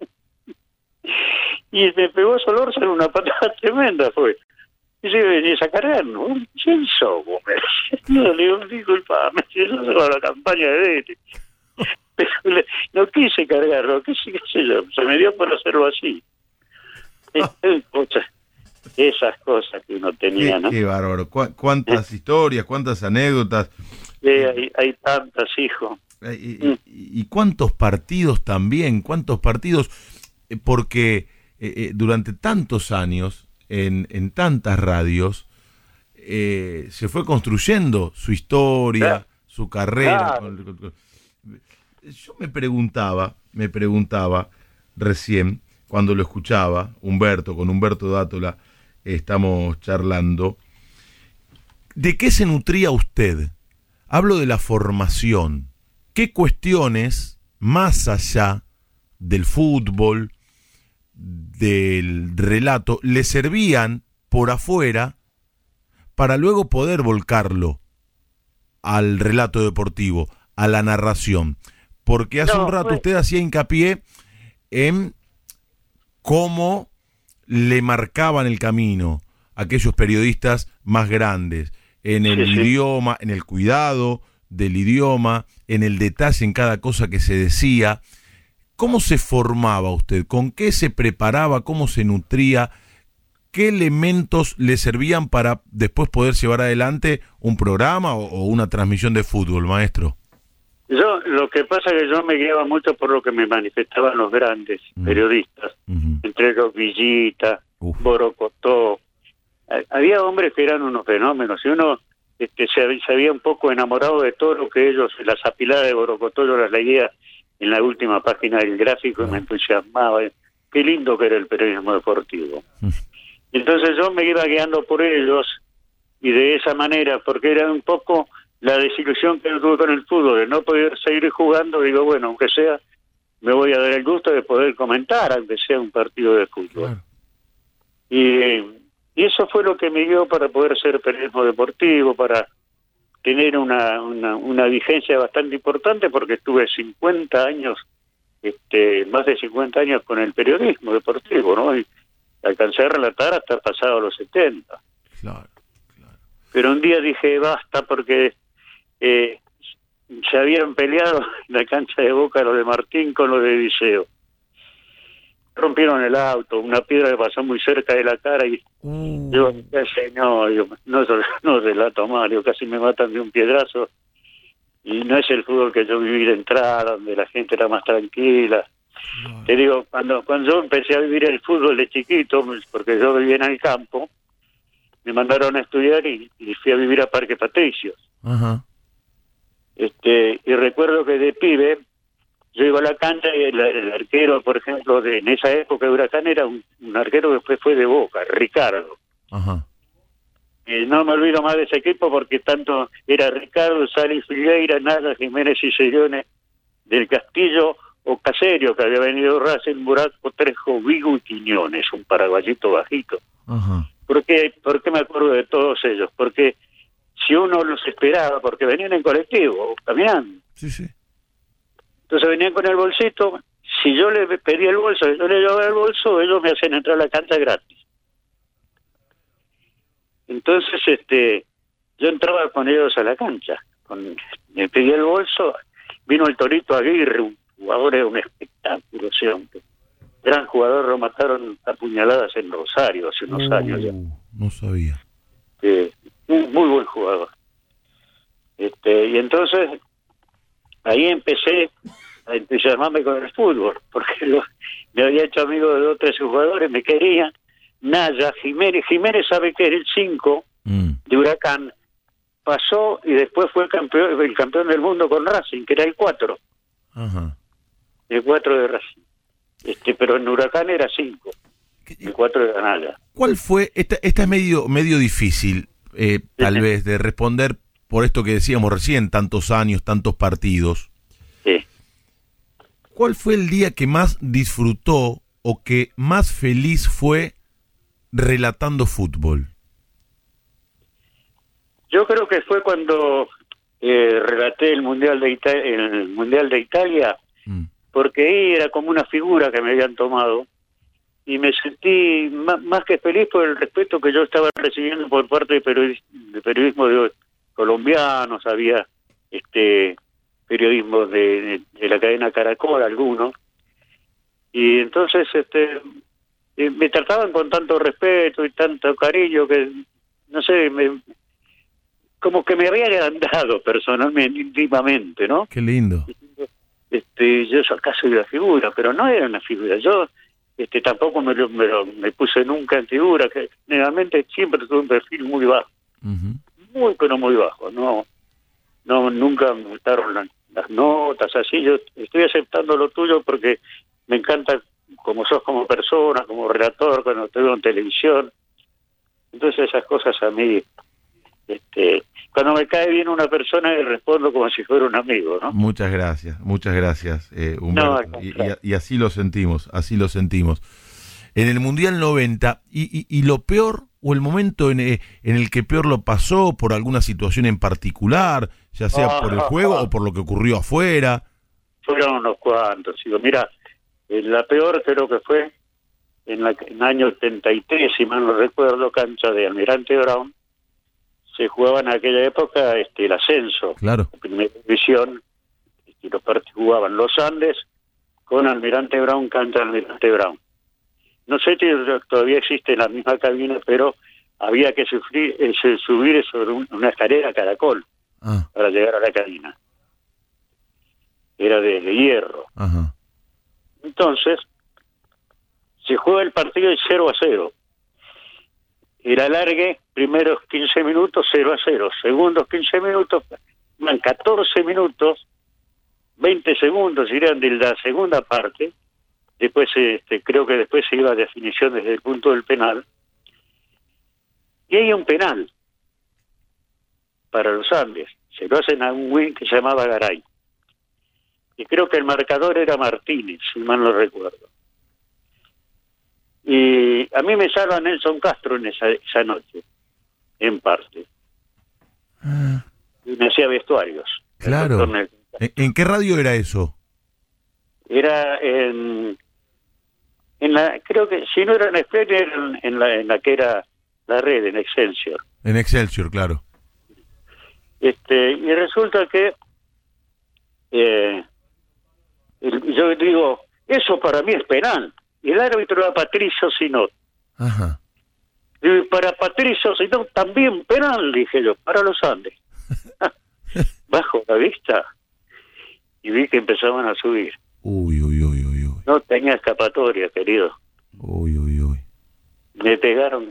Y me pegó Solórzano una patada tremenda, fue. Y si venís a cargarnos, ¿quién sos vos? No, le digo, disculpame, yo no soy la campaña de él. Pero le, no quise cargarlo, qué sé, qué sé yo, se me dio por hacerlo así. Es, cosas, esas cosas que uno tenía, qué, ¿no? Qué bárbaro, ¿Cu- cuántas ¿Eh? historias, cuántas anécdotas. Sí, hay, hay tantas, hijo. Y, y, y cuántos partidos también, cuántos partidos, porque eh, eh, durante tantos años, en, en tantas radios, eh, se fue construyendo su historia, claro. su carrera. Claro. Yo me preguntaba, me preguntaba recién, cuando lo escuchaba, Humberto, con Humberto Dátola, estamos charlando, ¿de qué se nutría usted? Hablo de la formación. ¿Qué cuestiones, más allá del fútbol, del relato, le servían por afuera para luego poder volcarlo al relato deportivo, a la narración? Porque hace no, un rato pues... usted hacía hincapié en cómo le marcaban el camino a aquellos periodistas más grandes, en el sí, sí. idioma, en el cuidado del idioma, en el detalle en cada cosa que se decía. ¿Cómo se formaba usted? ¿Con qué se preparaba? ¿Cómo se nutría? ¿Qué elementos le servían para después poder llevar adelante un programa o, o una transmisión de fútbol, maestro? Yo, lo que pasa es que yo me guiaba mucho por lo que me manifestaban los grandes mm. periodistas, uh-huh. entre ellos Villita, Uf. Borocotó. Había hombres que eran unos fenómenos, y uno este, se, se había un poco enamorado de todo lo que ellos, las apiladas de Borocotó, yo las leía en la última página del Gráfico uh-huh. y me entusiasmaba. Qué lindo que era el periodismo deportivo. Uh-huh. Entonces yo me iba guiando por ellos, y de esa manera, porque era un poco la desilusión que tuve con el fútbol, de no poder seguir jugando, digo, bueno, aunque sea, me voy a dar el gusto de poder comentar, aunque sea un partido de fútbol. Claro. Y, y eso fue lo que me dio para poder ser periodismo deportivo, para tener una, una, una vigencia bastante importante, porque estuve cincuenta años, este, más de cincuenta años con el periodismo deportivo, ¿no? Y alcancé a relatar hasta pasado los setenta. Claro, claro. Pero un día dije, basta, porque Eh, se habían peleado en la cancha de Boca los de Martín con los de Viseo. Rompieron el auto, una piedra que pasó muy cerca de la cara y mm. yo, casi, no, yo, no, no relato mal, yo casi me matan de un piedrazo, y no es el fútbol que yo viví de entrada, donde la gente era más tranquila. No. Te digo, cuando, cuando yo empecé a vivir el fútbol de chiquito, porque yo vivía en el campo, me mandaron a estudiar y, y fui a vivir a Parque Patricios. Ajá. Este, y recuerdo que de pibe yo iba a la cancha y el, el arquero, por ejemplo, de en esa época de Huracán era un, un arquero que después fue de Boca, Ricardo. Ajá. Y no me olvido más de ese equipo porque tanto era Ricardo, Sali Figueira, Nada, Jiménez y Sellones, del Castillo o Caserio, que había venido Racing, Buraco, Trejo, Vigo y Quiñones, un paraguayito bajito. Ajá. ¿Por qué, ¿Por qué me acuerdo de todos ellos? Porque si uno los esperaba, porque venían en colectivo, caminando. Sí, sí. Entonces venían con el bolsito, si yo le pedía el bolso, yo le llevaba el bolso, ellos me hacían entrar a la cancha gratis. Entonces, este, yo entraba con ellos a la cancha, con, me pedía el bolso, vino el Torito Aguirre, un jugador de un espectáculo siempre. Gran jugador, lo mataron a puñaladas en Rosario hace unos uh, años ya. No sabía. Eh, muy, muy buen jugador. Este, y entonces ahí empecé a entusiasmarme con el fútbol, porque lo, me había hecho amigo de dos o tres jugadores, me querían. Naya, Jiménez, Jiménez sabe que era el cinco mm. de Huracán, pasó y después fue campeón, el campeón del mundo con Racing, que era el cuatro. Ajá. El cuatro de Racing. Este, pero en Huracán era cinco. El cuatro de Granada. ¿Cuál fue? Esta, esta es medio, medio difícil, eh, tal vez, de responder por esto que decíamos recién, tantos años, tantos partidos. Sí. ¿Cuál fue el día que más disfrutó o que más feliz fue relatando fútbol? Yo creo que fue cuando eh, relaté el mundial de Ita- el mundial de Italia, mm. porque ahí era como una figura que me habían tomado y me sentí más, más que feliz por el respeto que yo estaba recibiendo por parte de, periodis- de periodismo de colombianos, había este periodismo de, de, de la cadena Caracol, algunos, y entonces este eh, me trataban con tanto respeto y tanto cariño que, no sé, me, como que me había agrandado personalmente, íntimamente, ¿no? Qué lindo. Este, yo acá soy una figura, pero no era una figura, yo este tampoco me, lo, me, lo, me puse nunca en figura, que generalmente siempre tuve un perfil muy bajo, uh-huh. muy pero muy bajo, no no nunca me gustaron las, las notas, así, yo estoy aceptando lo tuyo porque me encanta como sos como persona, como relator, cuando te veo en televisión, entonces esas cosas a mí, este cuando me cae bien una persona le respondo como si fuera un amigo, ¿no? Muchas gracias, muchas gracias, eh, Humberto. No, y, y, y así lo sentimos, así lo sentimos. En el Mundial noventa, y, y, y lo peor, o el momento en, en el que peor lo pasó, por alguna situación en particular, ya sea ah, por el juego ah, o por lo que ocurrió afuera. Fueron unos cuantos, digo, mira, la peor creo que fue en, la, en el año setenta y tres, si mal no recuerdo, cancha de Almirante Brown. Se jugaba en aquella época este el ascenso, claro. La primera división, y los partidos jugaban los Andes con Almirante Brown, cancha Almirante Brown. No sé si todavía existe la misma cabina, pero había que sufrir, eh, subir sobre un, una escalera caracol ah. para llegar a la cabina. Era de, de hierro. Ajá. Entonces, se juega el partido de cero a cero. El alargue, primeros quince minutos, cero a cero. Segundos quince minutos, van catorce minutos, veinte segundos irían de la segunda parte. Después, este, creo que después se iba a definición desde el punto del penal. Y hay un penal para los Andes. Se lo hacen a un win que se llamaba Garay. Y creo que el marcador era Martínez, si mal no recuerdo. Y a mí me salva Nelson Castro en esa, esa noche, en parte. Ah. Y me hacía vestuarios. Claro. ¿En, ¿En qué radio era eso? Era en... en la creo que, si no era en Express, era en, en, la, en la que era la red, en Excelsior. En Excelsior, claro. Este Y resulta que... Eh, el, yo digo, eso para mí es penal. Y el árbitro era Patricio Sinot. Ajá. Y para Patricio Sinot también penal, dije yo, para los Andes. Bajo la vista y vi que empezaban a subir. Uy, uy, uy, uy, uy. No tenía escapatoria, querido. Uy, uy, uy. Me pegaron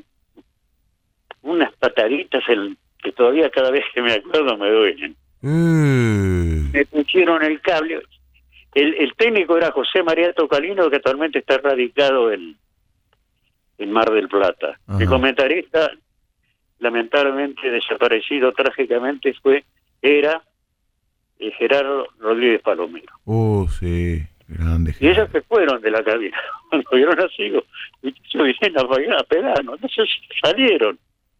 unas pataditas en, que todavía cada vez que me acuerdo me duelen. Mm. Me pusieron el cable. El, el técnico era José María Tocalino, que actualmente está radicado en, en Mar del Plata. Ajá. El comentarista, lamentablemente desaparecido trágicamente, fue era eh, Gerardo Rodríguez Palomero. Oh, sí, grande. Y ellos se fueron de la cabina. Cuando vieron así, yo vine a pegar, ¿no? Entonces salieron.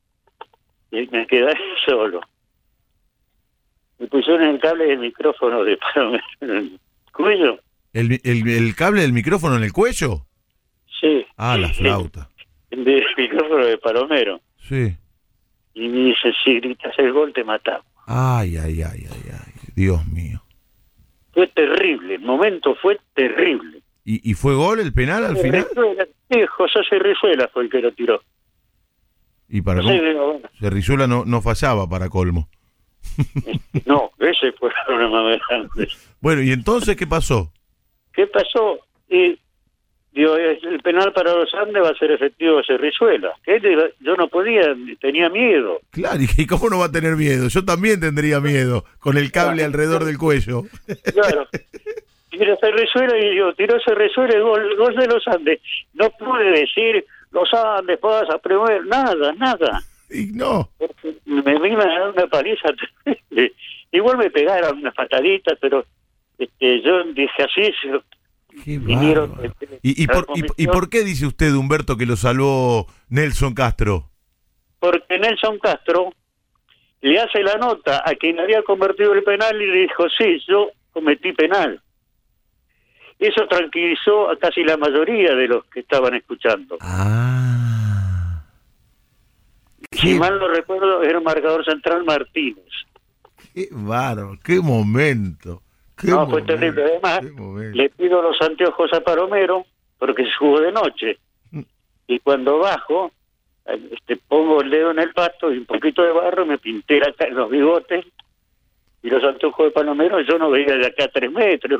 Y me quedé solo. Me pusieron el cable del micrófono de Palomero en el cuello. ¿El, el, ¿El cable del micrófono en el cuello? Sí. Ah, la flauta. El, el del micrófono de Palomero. Sí. Y me dice, si gritas el gol te matamos. Ay, ay, ay, ay, ay. Dios mío. Fue terrible, el momento fue terrible. ¿Y, y fue gol el penal al final? Rizuela, sí, José Cerrizuela fue el que lo tiró. Y para no cómo, sé, bueno. Cerrizuela no, no fallaba para colmo. No, ese fue el problema más grande. Bueno, ¿y entonces qué pasó? ¿Qué pasó? Y digo, el penal para los Andes va a ser efectivo Cerrizuela. Que yo no podía, tenía miedo. Claro, ¿y cómo no va a tener miedo? Yo también tendría miedo, con el cable claro. alrededor del cuello. Claro. Tiro Cerrizuela y digo, tiró Cerrizuela y gol, gol de los Andes. No pude decir, los Andes, pasa, primero, nada, nada. Y no. Me vino a dar una paliza. Igual me pegaron unas pataditas, pero este, yo dije así... Qué vinieron, este, ¿Y, y, por, y, ¿Y por qué dice usted, Humberto, que lo salvó Nelson Castro? Porque Nelson Castro le hace la nota a quien había convertido el penal y le dijo, sí, yo cometí penal. Eso tranquilizó a casi la mayoría de los que estaban escuchando. Ah. Si qué... mal no recuerdo, era un marcador central Martínez. Qué bárbaro, qué momento. Qué no, momento, fue terrible. Además, le pido los anteojos a Palomero porque se jugó de noche. Mm. Y cuando bajo, este, pongo el dedo en el pasto y un poquito de barro, me pinté la, los bigotes y los anteojos de Palomero, yo no veía de acá a tres metros.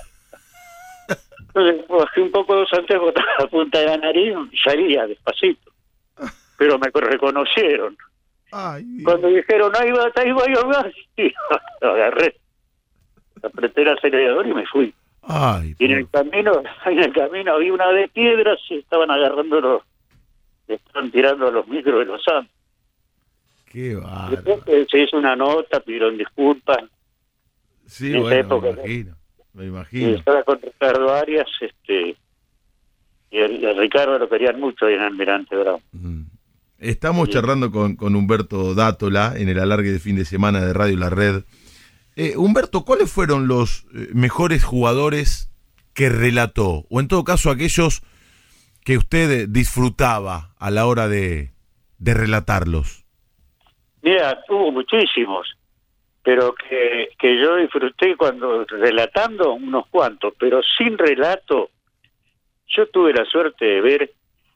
Entonces bajé un poco los anteojos a la punta de la nariz y salía despacito. Pero me reconocieron. Ay, cuando dijeron, ahí va, ahí va, ahí va, y lo agarré. Apreté el acelerador y me fui. Ay, y en el camino, en el camino había una de piedras y estaban agarrando los, estaban tirando los micros de los Santos. Qué bárbaro. Después se hizo una nota, pidieron disculpas. Sí, en bueno, época, me imagino, me imagino. Y estaba con Ricardo Arias, este, y a, y a Ricardo lo querían mucho ahí en Almirante Brown. Mm. Estamos sí. charlando con, con Humberto Dátola en el alargue de fin de semana de Radio La Red. Eh, Humberto, ¿cuáles fueron los eh, mejores jugadores que relató? O en todo caso, aquellos que usted disfrutaba a la hora de, de relatarlos. Mira, hubo muchísimos, pero que, que yo disfruté cuando relatando unos cuantos, pero sin relato. Yo tuve la suerte de ver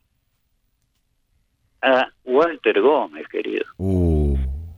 a Walter Gómez, querido. Uh.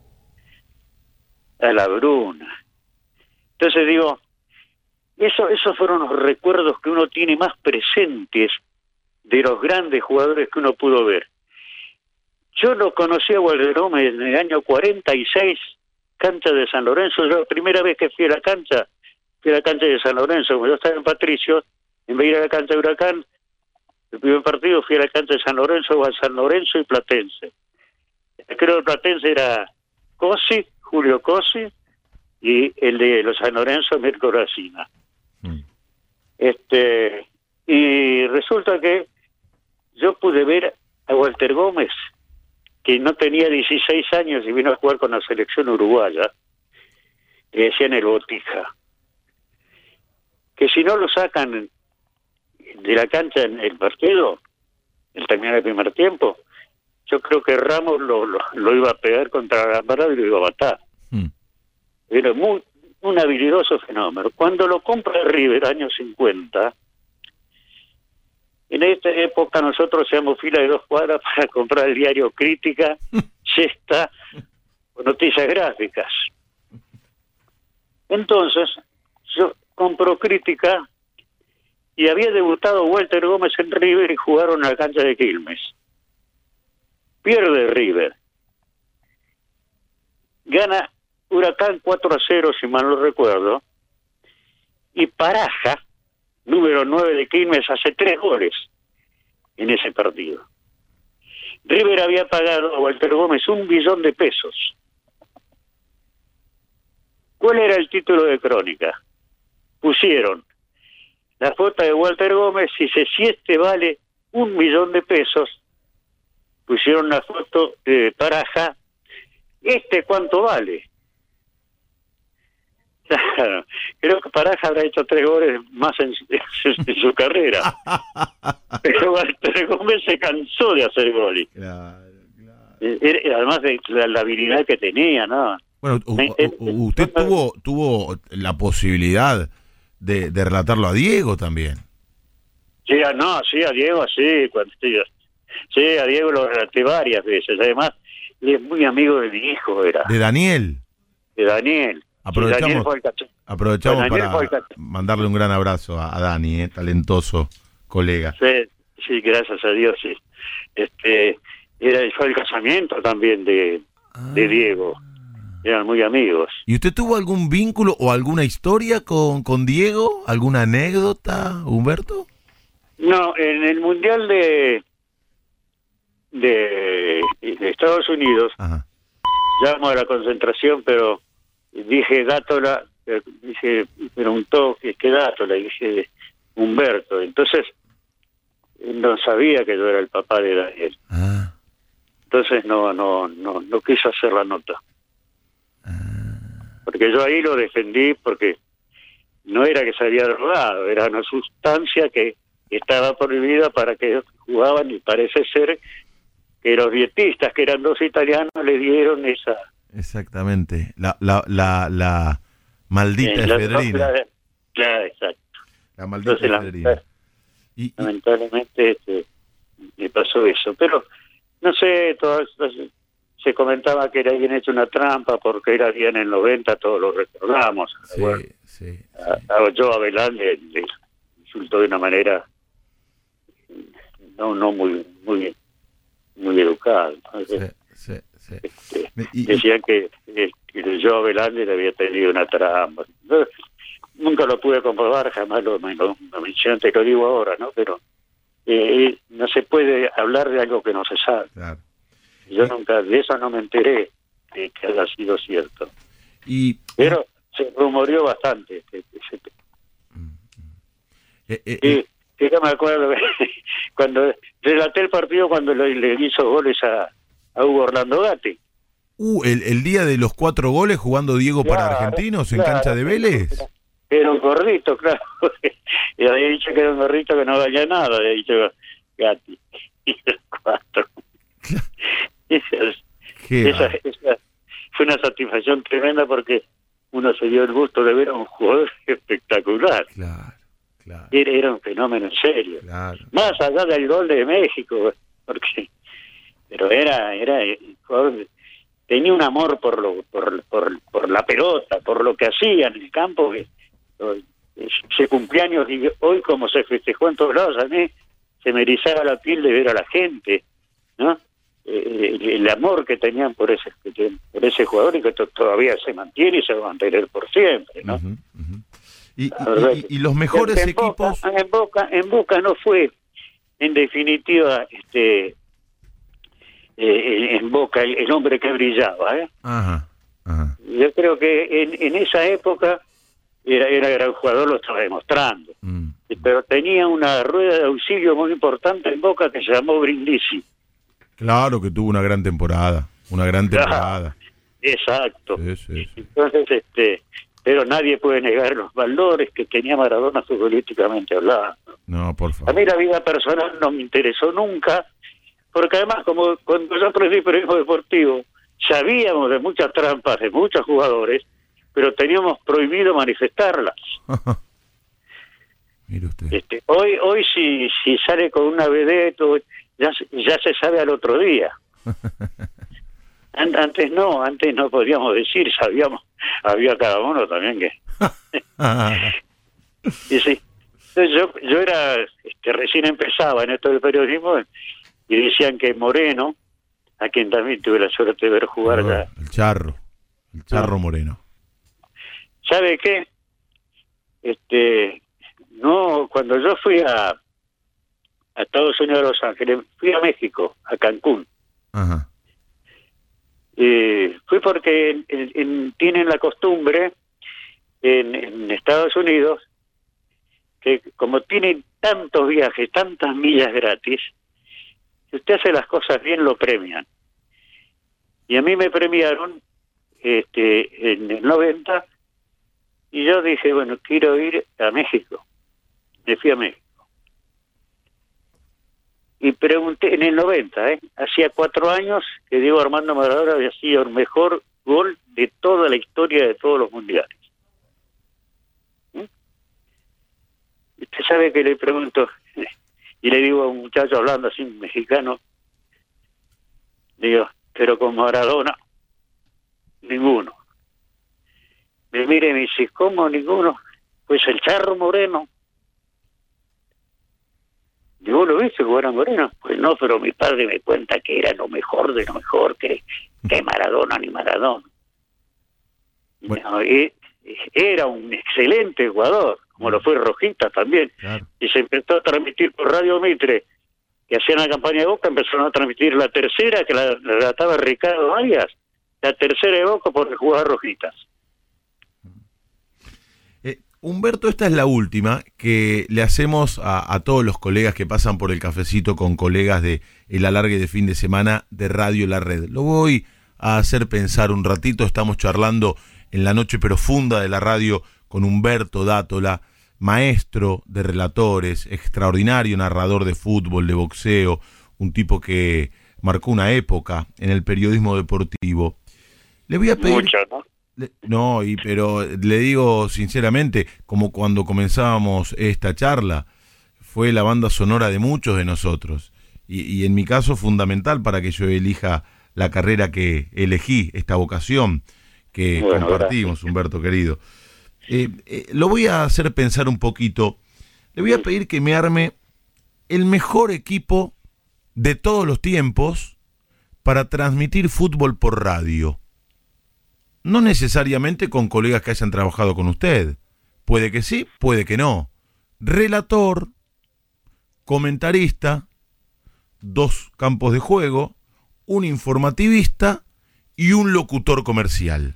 A la Bruna. Entonces digo, eso, esos fueron los recuerdos que uno tiene más presentes de los grandes jugadores que uno pudo ver. Yo lo conocí a Walter Gómez en el año cuarenta y seis, cancha de San Lorenzo. Yo la primera vez que fui a la cancha, fui a la cancha de San Lorenzo, como yo estaba en Patricio, en vez de ir a la cancha de Huracán, el primer partido fui a la cancha de San Lorenzo, a San Lorenzo y Platense. Creo que el Platense era Cosi, Julio Cosi, y el de los San Lorenzo, Mirko Gracina. Mm. Este, y resulta que yo pude ver a Walter Gómez, que no tenía dieciséis años y vino a jugar con la selección uruguaya, le decían el Botija, que si no lo sacan de la cancha en el partido, el terminar el primer tiempo, yo creo que Ramos lo, lo, lo iba a pegar contra la parada y lo iba a matar. Mm. Era muy, un habilidoso fenómeno. Cuando lo compra River, años cincuenta, en esta época nosotros hacíamos fila de dos cuadras para comprar el diario Crítica, Sexta, o Noticias Gráficas. Entonces, yo compro Crítica y había debutado Walter Gómez en River y jugaron en la cancha de Quilmes. Pierde River. Gana Huracán cuatro a cero, si mal no recuerdo, y Paraja, número nueve de Quilmes, hace tres goles en ese partido. River había pagado a Walter Gómez un billón de pesos. ¿Cuál era el título de crónica? Pusieron la foto de Walter Gómez y dice, si este vale un millón de pesos, pusieron la foto de Paraja, ¿este cuánto vale? Claro, creo que Paraja habrá hecho tres goles más en, en su carrera. Pero Walter Gómez se cansó de hacer goles. Claro, claro. Además de la, la habilidad que tenía, ¿no? Bueno, u, u, usted tuvo tuvo la posibilidad de, de relatarlo a Diego también. Sí, no, sí, a Diego, sí. Cuando, sí, sí, a Diego lo relaté varias veces. Además, él es muy amigo de mi hijo, era. ¿De Daniel? De Daniel. Aprovechamos, aprovechamos para mandarle un gran abrazo a, a Dani, eh, talentoso colega. Sí, sí, gracias a Dios, sí. Este, era, fue el casamiento también de, Ah. de Diego. Eran muy amigos. ¿Y usted tuvo algún vínculo o alguna historia con, con Diego? ¿Alguna anécdota, Humberto? No, en el Mundial de, de, de Estados Unidos, Ajá. llamo a la concentración, pero dije Dátola, eh, dije, me preguntó qué qué Dátola, y dije Humberto. Entonces, él no sabía que yo era el papá de Daniel. Ah. Entonces no, no, no, no quiso hacer la nota. Porque yo ahí lo defendí porque no era que se había drogado, era una sustancia que estaba prohibida para que ellos jugaban, y parece ser que los dietistas, que eran dos italianos, le dieron esa... Exactamente, la, la, la, la maldita eh, la- efedrina. la- la- exacto. La maldita Entonces, efedrina. la- Y, y- lamentablemente este, me pasó eso. Pero, no sé, todas, se comentaba que era bien hecho una trampa porque era bien en el noventa, todos lo recordamos. sí, Bueno, sí, sí. a, a Joe Abelán le, le insultó de una manera no no muy muy muy educada. Entonces, Sí, sí, sí. este, Me- y- y- decían que, que, que Joe Abelán le había tenido una trampa. Yo nunca lo pude comprobar, jamás lo, me lo, lo mencioné, te lo digo ahora, ¿no? Pero eh, no se puede hablar de algo que no se sabe. claro. Yo nunca, de eso no me enteré de que haya sido cierto. Y, Pero se rumoreó bastante. Este, ese eh, eh, Sí, sí que me acuerdo que cuando relaté el partido cuando le, le hizo goles a, a Hugo Orlando Gatti. uh, el, el día de los cuatro goles jugando Diego para Claro, Argentinos en claro. cancha de Vélez. Era un gordito, claro. Y había dicho que era un gordito que no valía nada, había dicho Gatti. Y los cuatro. Esa, Qué esa, va- esa fue una satisfacción tremenda porque uno se dio el gusto de ver a un jugador espectacular. Claro, claro, Era, era un fenómeno en serio. claro. Más allá del gol de México, porque pero era era el jugador tenía un amor por lo por, por, por la pelota, por lo que hacía en el campo, que ese cumpleaños, y hoy como se festejó en todos lados, a mí se me erizaba la piel de ver a la gente, ¿no? Eh, el, el amor que tenían por ese por ese jugador, y que to- todavía se mantiene y se va a mantener por siempre, ¿no? Ujú, ujú. Y, La verdad y- que- y- y los mejores en, en equipos. Boca, en Boca en Boca no fue en definitiva este eh, en Boca el, el hombre que brillaba, ¿eh? Ajá, ajá. Yo creo que en, en esa época era era gran jugador, lo estaba demostrando, Mm. pero tenía una rueda de auxilio muy importante en Boca que se llamó Brindisi. Claro que tuvo una gran temporada, una gran Claro. temporada. Exacto. Sí, sí, sí. Entonces, este, pero nadie puede negar los valores que tenía Maradona futbolísticamente hablando. No, por A favor. mí la vida personal no me interesó nunca, porque además, como cuando yo aprendí periodismo deportivo, sabíamos de muchas trampas de muchos jugadores, pero teníamos prohibido manifestarlas. Mire usted. Este, hoy, hoy si, si sale con una vedette, o- ya, se- ya se sabe al otro día. An- Antes no, antes no podíamos decir, sabíamos, había cada uno también que... Y sí. Entonces yo, yo era, este, recién empezaba en esto del periodismo, y decían que Moreno, a quien también tuve la suerte de ver jugar Oh, ya, el charro, el charro Moreno. ¿sabe qué? Este, no, cuando yo fui a, a Estados Unidos, a Los Ángeles, fui a México, a Cancún. Ajá. Eh, fui porque en- en- en- tienen la costumbre en, en Estados Unidos que como tienen tantos viajes, tantas millas gratis, si usted hace las cosas bien lo premian. Y a mí me premiaron este en el noventa, y yo dije, bueno, quiero ir a México. Me fui a México. Y pregunté, en el noventa, ¿eh? Hacía cuatro años que Diego Armando Maradona había sido el mejor gol de toda la historia de todos los mundiales. ¿Mm? Y usted sabe que le pregunto, y le digo a un muchacho hablando así, mexicano, digo, pero con Maradona, ninguno. Me mire y me dice, ¿cómo ninguno? Pues el Charro Moreno. ¿Y vos lo viste jugar a Moreno? Pues no, pero mi padre me cuenta que era lo mejor de lo mejor, que, que Maradona ni Maradona. Bueno. No, y, y era un excelente jugador, como lo fue Rojita también. Claro. Y se empezó a transmitir por Radio Mitre, que hacían la campaña de Boca, empezaron a transmitir la tercera, que la relataba Ricardo Arias, la tercera de Boca porque jugaba Rojitas. Eh, Humberto, esta es la última que le hacemos a, a todos los colegas que pasan por el cafecito con colegas de el alargue de fin de semana de Radio La Red. Lo voy a hacer pensar un ratito. Estamos charlando en la noche profunda de la radio con Humberto Dátola, maestro de relatores, extraordinario narrador de fútbol, de boxeo, un tipo que marcó una época en el periodismo deportivo. Le voy a pedir... Mucho, ¿no? Le- No, y pero le digo sinceramente, como cuando comenzábamos esta charla, fue la banda sonora de muchos de nosotros. Y, y en mi caso fundamental para que yo elija la carrera que elegí, esta vocación que Bueno, compartimos, gracias. Humberto querido. Eh, eh, lo voy a hacer pensar un poquito. Le voy a pedir que me arme el mejor equipo de todos los tiempos para transmitir fútbol por radio. No necesariamente con colegas que hayan trabajado con usted. Puede que sí, puede que no. Relator, comentarista, dos campos de juego, un informativista y un locutor comercial.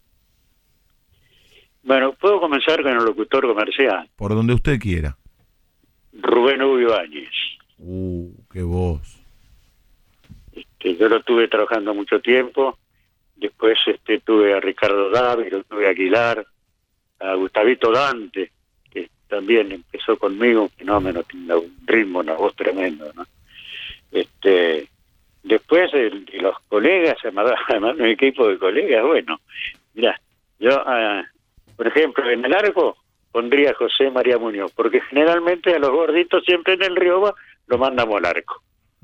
Bueno, puedo comenzar con el locutor comercial, Por donde usted quiera. Rubén Hugo Ibáñez. Uh, qué voz. Este, yo lo tuve trabajando mucho tiempo. Después este, tuve a Ricardo Dávila, tuve a Aguilar, a Gustavito Dante, que también empezó conmigo, un fenómeno, tiene un ritmo, una voz tremendo, ¿no? Este, después de, de los colegas, además, además un equipo de colegas, bueno, mira, yo, uh, por ejemplo, en el arco pondría a José María Muñoz, porque generalmente a los gorditos siempre en el Rioba lo mandamos al arco.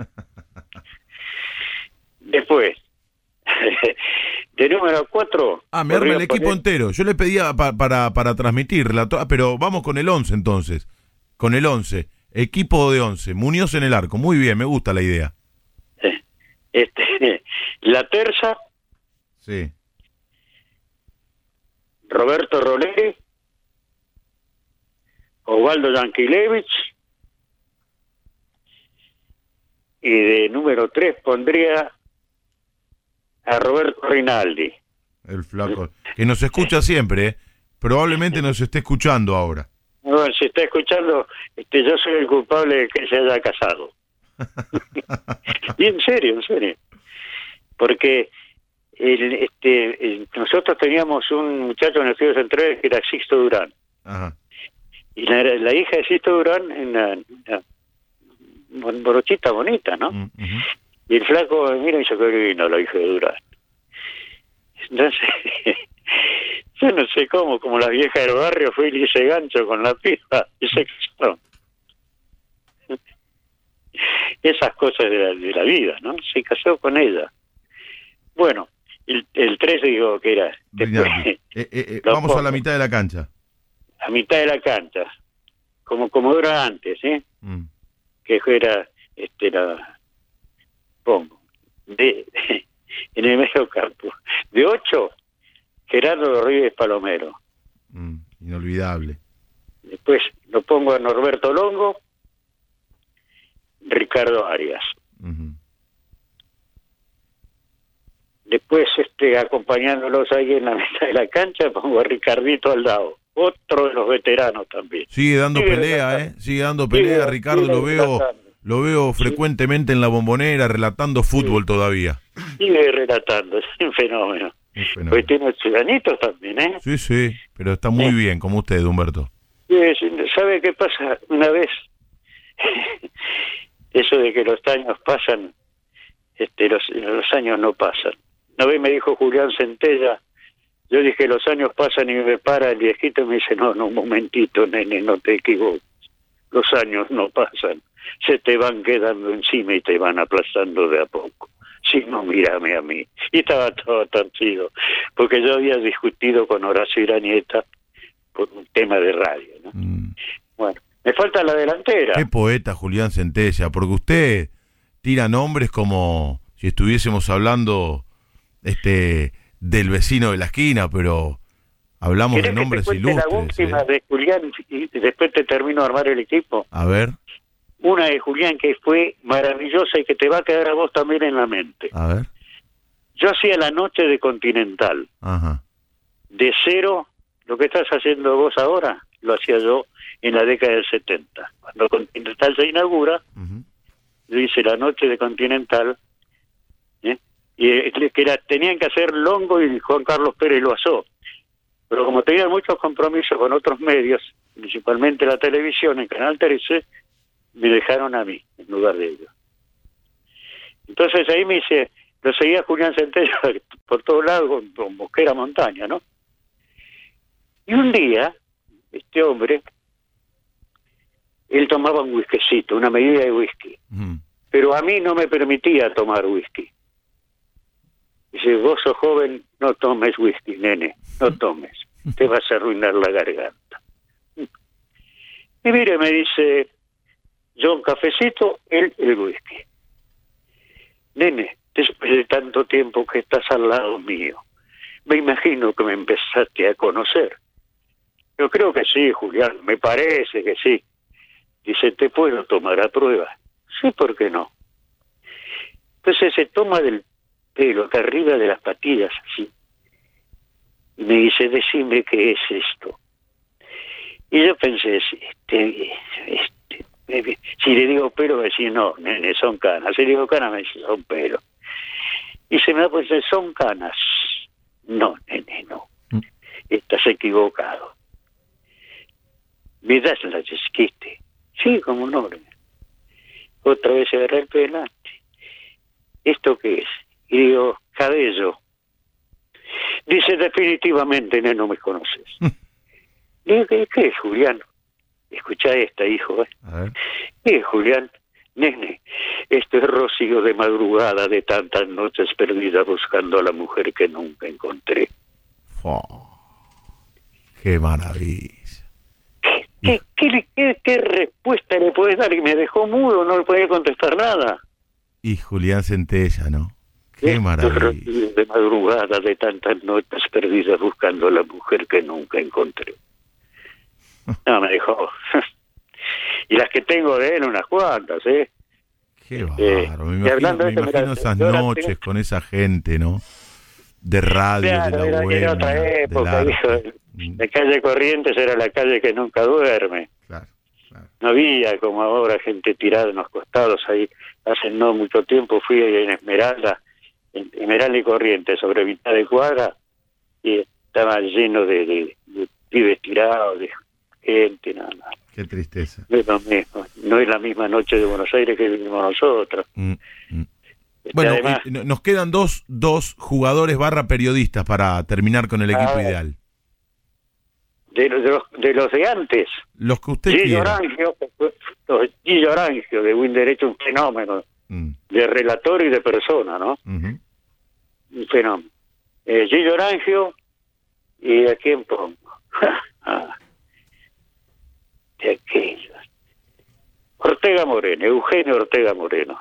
Después, de número cuatro... Ah, me arma el equipo poner... entero. Yo le pedía pa, para, para transmitir, relator, ah, pero vamos con el once entonces. Con el once. Equipo de once. Muñoz en el arco. Muy bien, me gusta la idea. Este, la terza, Sí. Roberto Roleri, Osvaldo Yankelevich, y de número tres pondría a Roberto Rinaldi. El flaco. Que nos escucha siempre, ¿eh? Probablemente nos esté escuchando ahora. Bueno, si está escuchando, este, yo soy el culpable de que se haya casado. Y en serio, en serio. Porque el, este, el, nosotros teníamos un muchacho en el Estudio Central que era Sixto Durán. Ajá. Y la, la hija de Sixto Durán, una, una morochita bonita, ¿no? Mm, uh-huh. Y el flaco, mira, y dice que vino la hija de Durán. Entonces, yo no sé cómo, como la vieja del barrio fue y le hice gancho con la piba y se casaron. Esas cosas de la, de la vida, ¿no? Se casó con ella. Bueno, el, el tres digo que era... Después, eh, eh, eh, lo vamos a pongo. la mitad de la cancha. A mitad de la cancha, como como era antes, ¿eh? Mm. Que era, este, la... Pongo, de, en el medio campo. De ocho, Gerardo Rodríguez Palomero. Mm. Inolvidable. Después lo pongo a Norberto Longo, Ricardo Arias. Uh-huh. Después, este, acompañándolos ahí en la mesa de la cancha, pongo a Ricardito Aldao, otro de los veteranos también. Sigue dando Sigue pelea, relatando. ¿eh? Sigue dando pelea, Sigue- Ricardo. sigue Lo veo, relatando. lo veo frecuentemente en la Bombonera, relatando fútbol todavía. Sigue relatando, es un fenómeno. Un fenómeno. Pues tiene ocho añitos también, ¿eh? Sí, sí, pero está muy Sí. bien, como usted, Humberto. Sí, sí, ¿sabe qué pasa? Una vez, eso de que los años pasan, este, los, los años no pasan. Una vez me dijo Julián Centella, yo dije, los años pasan y me para el viejito y me dice, no, no, un momentito, nene, no te equivoques. Los años no pasan, se te van quedando encima y te van aplastando de a poco. Si no, mírame a mí. Y estaba todo torcido, porque yo había discutido con Horacio Irañeta por un tema de radio, ¿no? Mm. Bueno, Me falta la delantera. Qué poeta Julián Centella, porque usted tira nombres como si estuviésemos hablando este del vecino de la esquina, pero hablamos de nombres que te ilustres. La última ¿eh? de Julián, y después te termino de armar el equipo. A ver, Una de Julián que fue maravillosa y que te va a quedar a vos también en la mente. a ver. Yo hacía la noche de Continental. Ajá. De cero, lo que estás haciendo vos ahora, lo hacía yo en la década del setenta. Cuando Continental se inaugura, Uh-huh. yo hice la noche de Continental, ¿eh? y eh, que era, tenían que hacer Longo y Juan Carlos Pérez lo asó. Pero como tenían muchos compromisos con otros medios, principalmente la televisión, en Canal trece, me dejaron a mí en lugar de ellos. Entonces ahí me hice, lo seguía Julián Centella por todos lados, con Mosquera Montaña, ¿no? Y un día, este hombre, él tomaba un whiskycito, una medida de whisky, Uh-huh. pero a mí no me permitía tomar whisky. Dice, vos sos joven, no tomes whisky, nene, no tomes, te vas a arruinar la garganta. Y mire, me dice, yo un cafecito, él el whisky. Nene, después de tanto tiempo que estás al lado mío, me imagino que me empezaste a conocer. Yo creo que sí, Julián, me parece que sí. Dice, ¿te puedo tomar a prueba? Sí, ¿por qué no? Entonces se toma del pelo, de arriba de las patillas, así. Y me dice, decime qué es esto. Y yo pensé, este, este, si le digo pelo, me dice, no, nene, son canas. Si le digo canas, me dice, son pelo. Y se me pues son canas. No, nene, no. Estás equivocado. ¿Me das la chesquite? Sí, como no. Otra vez se agarra el pelante. ¿Esto qué es? Y digo, cabello. Dice, definitivamente, nene, no me conoces. Digo, ¿qué, qué es, Julián? Escucha esta, hijo. ¿eh? A ver. ¿Qué es, Julián? Nene, esto es rocío de madrugada de tantas noches perdidas buscando a la mujer que nunca encontré. Oh, qué maravilla. ¿Qué, qué, qué, qué respuesta le puedes dar? Y me dejó mudo, no le podía contestar nada. Y Julián Centella, ¿no? Qué maravilla. De madrugada de tantas noches perdidas buscando a la mujer que nunca encontré. No, me dejó. Y las que tengo de él, unas cuantas, ¿eh? Qué bárbaro. Me imagino, me imagino esas noches con esa gente, ¿no? De radio, claro, de la era, buena, era otra época, hijo. La calle Corrientes era la calle que nunca duerme. Claro, claro. No había como ahora gente tirada en los costados ahí. Hace no mucho tiempo fui en Esmeralda, en Esmeralda y Corrientes, sobre mitad de cuadra, y estaba lleno de, de, de pibes tirados, de gente, nada, nada. Qué tristeza. No es lo mismo, no es la misma noche de Buenos Aires que vivimos nosotros. Mm, mm. Bueno, además, eh, nos quedan dos, dos jugadores barra periodistas para terminar con el equipo ver, ideal. De, de, los, de los de antes, Los que usted Gillo quiera. Orangio, los Gillo Orangio, de Buen Derecho, un fenómeno, Mm, de relator y de persona, ¿no? ujú. Un fenómeno. Eh, Gillo Orangio, y ¿a quién pongo? Ah, de aquellos. Ortega Moreno, Eugenio Ortega Moreno.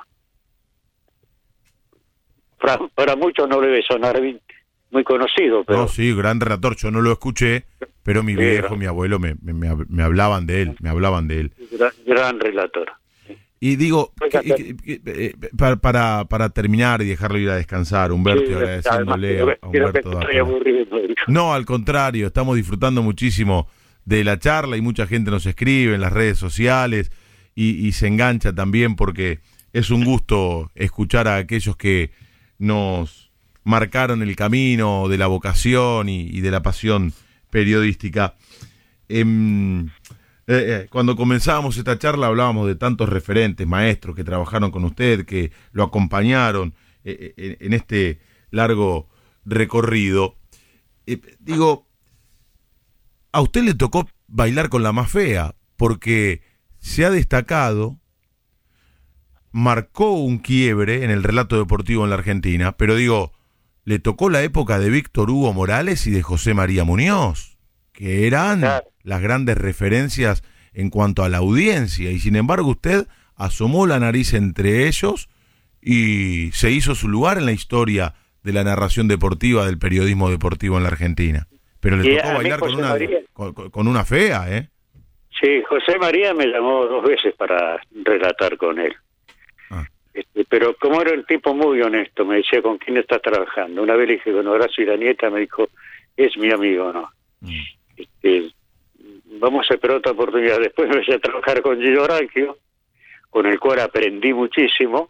Para, para muchos no debe sonar bien, muy conocido, pero No, sí, gran relator. Yo no lo escuché, pero mi Sí, viejo, gran- mi abuelo me, me, me- me hablaban de él, me hablaban de él. gran, gran relator. Y digo, Oiga, que- que- que- eh, para, para, para terminar y dejarlo ir a descansar, Humberto, Sí, y agradeciéndole además, a creo que Humberto. estoy Dávalos. aburrido. No, al contrario, estamos disfrutando muchísimo de la charla y mucha gente nos escribe en las redes sociales y, y se engancha también porque es un gusto escuchar a aquellos que nos marcaron el camino de la vocación y, y de la pasión periodística. Em, eh, eh, cuando comenzábamos esta charla hablábamos de tantos referentes, maestros que trabajaron con usted, que lo acompañaron eh, eh, en este largo recorrido. Eh, digo, a usted le tocó bailar con la más fea, porque se ha destacado, marcó un quiebre en el relato deportivo en la Argentina, pero digo, le tocó la época de Víctor Hugo Morales y de José María Muñoz, que eran Claro. las grandes referencias en cuanto a la audiencia, y sin embargo usted asomó la nariz entre ellos y se hizo su lugar en la historia de la narración deportiva, del periodismo deportivo en la Argentina. Pero le Y tocó a mí bailar con José una, María. con, con una fea, ¿eh? Sí, José María me llamó dos veces para relatar con él. Ah. Este, pero como era un tipo muy honesto, me decía, ¿con quién estás trabajando? Una vez le dije, con Horacio Iranieta, me dijo, es mi amigo, ¿no? Mm. Este, vamos a esperar otra oportunidad. Después me empecé a trabajar con Gillo Ranchio, con el cual aprendí muchísimo.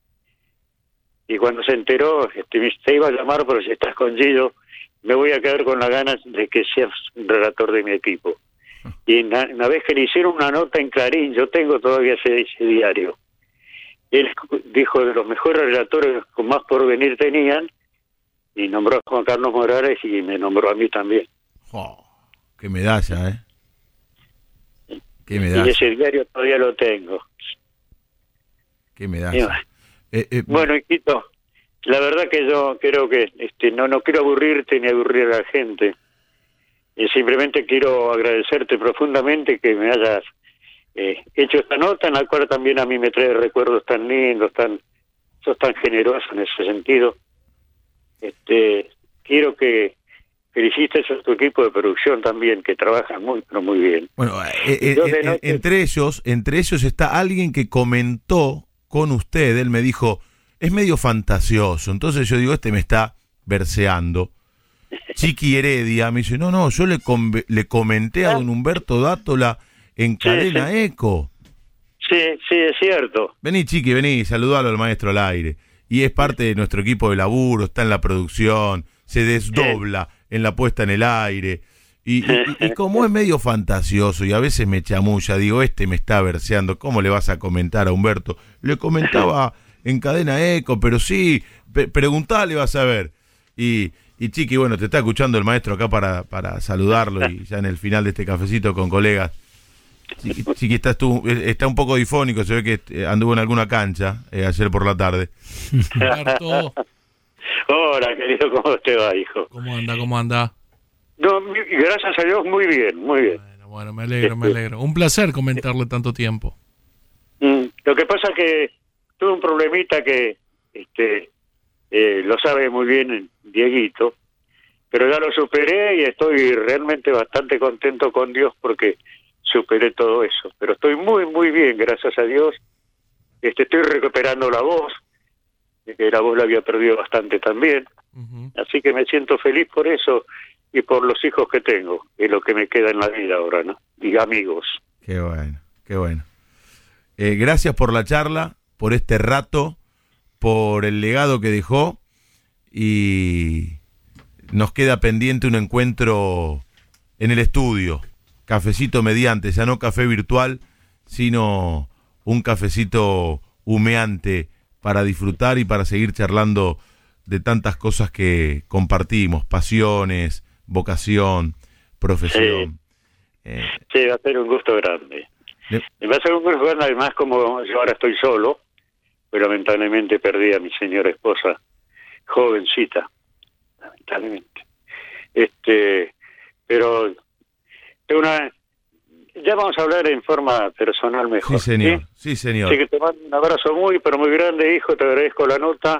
Y cuando se enteró, este, me te iba a llamar, pero si estás con Gillo, me voy a quedar con las ganas de que seas un relator de mi equipo. Y una, una vez que le hicieron una nota en Clarín, yo tengo todavía ese, ese diario, él dijo de los mejores relatores con más porvenir tenían, y nombró a Juan Carlos Morales y me nombró a mí también. Oh, qué medalla, ¿eh? Qué Y medalla. ese diario todavía lo tengo. Qué medalla. Eh, eh, Bueno, Hijito, la verdad que yo creo que este no no quiero aburrirte ni aburrir a la gente. Eh, simplemente quiero agradecerte profundamente que me hayas eh, hecho esta nota, en la cual también a mí me trae recuerdos tan lindos, tan sos tan generoso en ese sentido. Este, quiero que felicites a tu equipo de producción también, que trabajan muy, pero muy bien. Bueno, eh, eh, Yo de eh, noche- entre ellos, entre ellos está alguien que comentó con usted, él me dijo, es medio fantasioso, entonces yo digo, este me está verseando. Chiqui Heredia me dice, no, no, yo le, conve- le comenté a don Humberto Dátola en Cadena sí. Eco. Sí, sí, es cierto. Vení, Chiqui, vení, saludalo al maestro al aire. Y es parte de nuestro equipo de laburo, está en la producción, se desdobla en la puesta en el aire. Y, y, y como es medio fantasioso y a veces me chamulla, digo, este me está verseando, ¿cómo le vas a comentar a Humberto? Le comentaba en Cadena Eco, pero sí, pe- preguntale, vas a ver. Y, y Chiqui, bueno, te está escuchando el maestro acá para, para saludarlo y ya en el final de este cafecito con colegas. Chiqui, Chiqui estás tú, está un poco difónico, se ve que eh, anduvo en alguna cancha eh, ayer por la tarde. Humberto, Hola, querido, ¿cómo te va, hijo? ¿cómo anda? ¿Cómo anda? No, mi- gracias a Dios, muy bien, muy bien. Bueno, bueno, me alegro, me alegro. Un placer comentarle tanto tiempo. Mm, Lo que pasa es que tuve un problemita que este eh, lo sabe muy bien Dieguito, pero ya lo superé y estoy realmente bastante contento con Dios porque superé todo eso. Pero estoy muy, muy bien, gracias a Dios. Este, estoy recuperando la voz, que la voz la había perdido bastante también. Ujú. Así que me siento feliz por eso y por los hijos que tengo, es lo que me queda en la vida ahora, ¿no? Y amigos. Qué bueno, qué bueno. Eh, gracias por la charla, por este rato, por el legado que dejó y nos queda pendiente un encuentro en el estudio, cafecito mediante, ya no café virtual, sino un cafecito humeante para disfrutar y para seguir charlando de tantas cosas que compartimos, pasiones, vocación, profesión. Eh, Sí, va a ser un gusto grande. le- Me va a ser un gusto grande, además, como yo ahora estoy solo, pero lamentablemente perdí a mi señora esposa, jovencita, lamentablemente. Este, pero de una, ya vamos a hablar en forma personal mejor. sí, señor, ¿sí? sí, señor. Así que te mando un abrazo muy, pero muy grande, hijo, te agradezco la nota.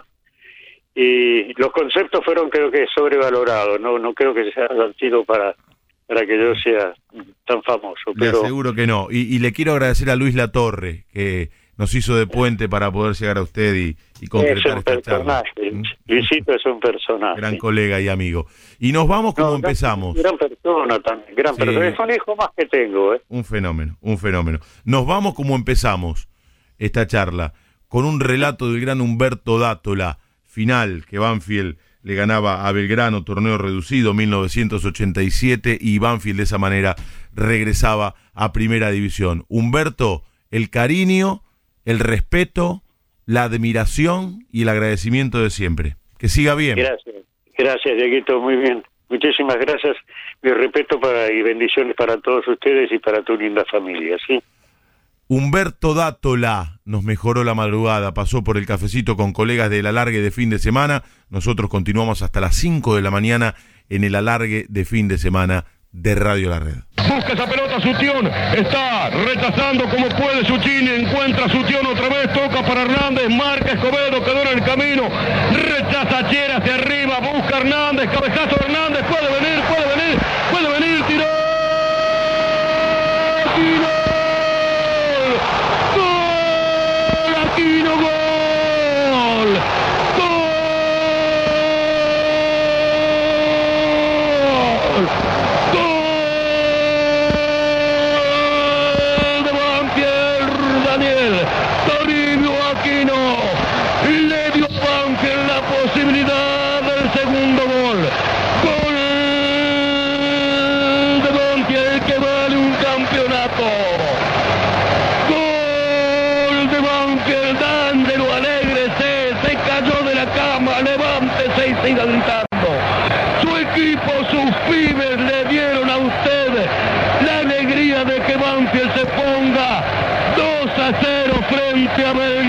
Y los conceptos fueron, creo que, sobrevalorados, no no creo que sea hayan sido para, para que yo sea tan famoso. Le Pero aseguro que no. Y, y le quiero agradecer a Luis Latorre, que nos hizo de puente para poder llegar a usted y, y es concretar un esta charla. personaje, ¿Mm? Luisito es un personaje. Gran colega y amigo. Y nos vamos como No, gran- empezamos. Gran persona también, gran Sí. persona. Es un hijo más que tengo, ¿eh? Un fenómeno, un fenómeno. Nos vamos como empezamos esta charla, con un relato del gran Humberto Dátola, final, que Banfield le ganaba a Belgrano, torneo reducido, mil novecientos ochenta y siete, y Banfield de esa manera regresaba a Primera División. Humberto, el cariño, el respeto, la admiración y el agradecimiento de siempre. Que siga bien. Gracias, gracias, Dieguito, muy bien. Muchísimas gracias. Mi respeto para, y bendiciones para todos ustedes y para tu linda familia, ¿sí? Humberto Dátola nos mejoró la madrugada, pasó por el cafecito con colegas del alargue de fin de semana. Nosotros continuamos hasta las cinco de la mañana en el alargue de fin de semana de Radio La Red. Busca esa pelota Sutión, está rechazando como puede Suchini, encuentra Sutión otra vez, toca para Hernández, marca Escobedo, quedó en el camino, rechaza Chiera hacia arriba, busca Hernández, cabezazo de Hernández, puede venir, puede venir, puede venir, tiró, tiró, gol, Aquino, gol, gol, gol. Toribio Aquino le dio a Banfield la posibilidad del segundo gol. Gol de Banfield que vale un campeonato. Gol de Banfield, D'Angelo alégrese, se cayó de la cama, levántese y siga gritando. Su equipo, sus pibes le dieron a usted la alegría de que Banfield se ponga dos a cero frente a Belgrano.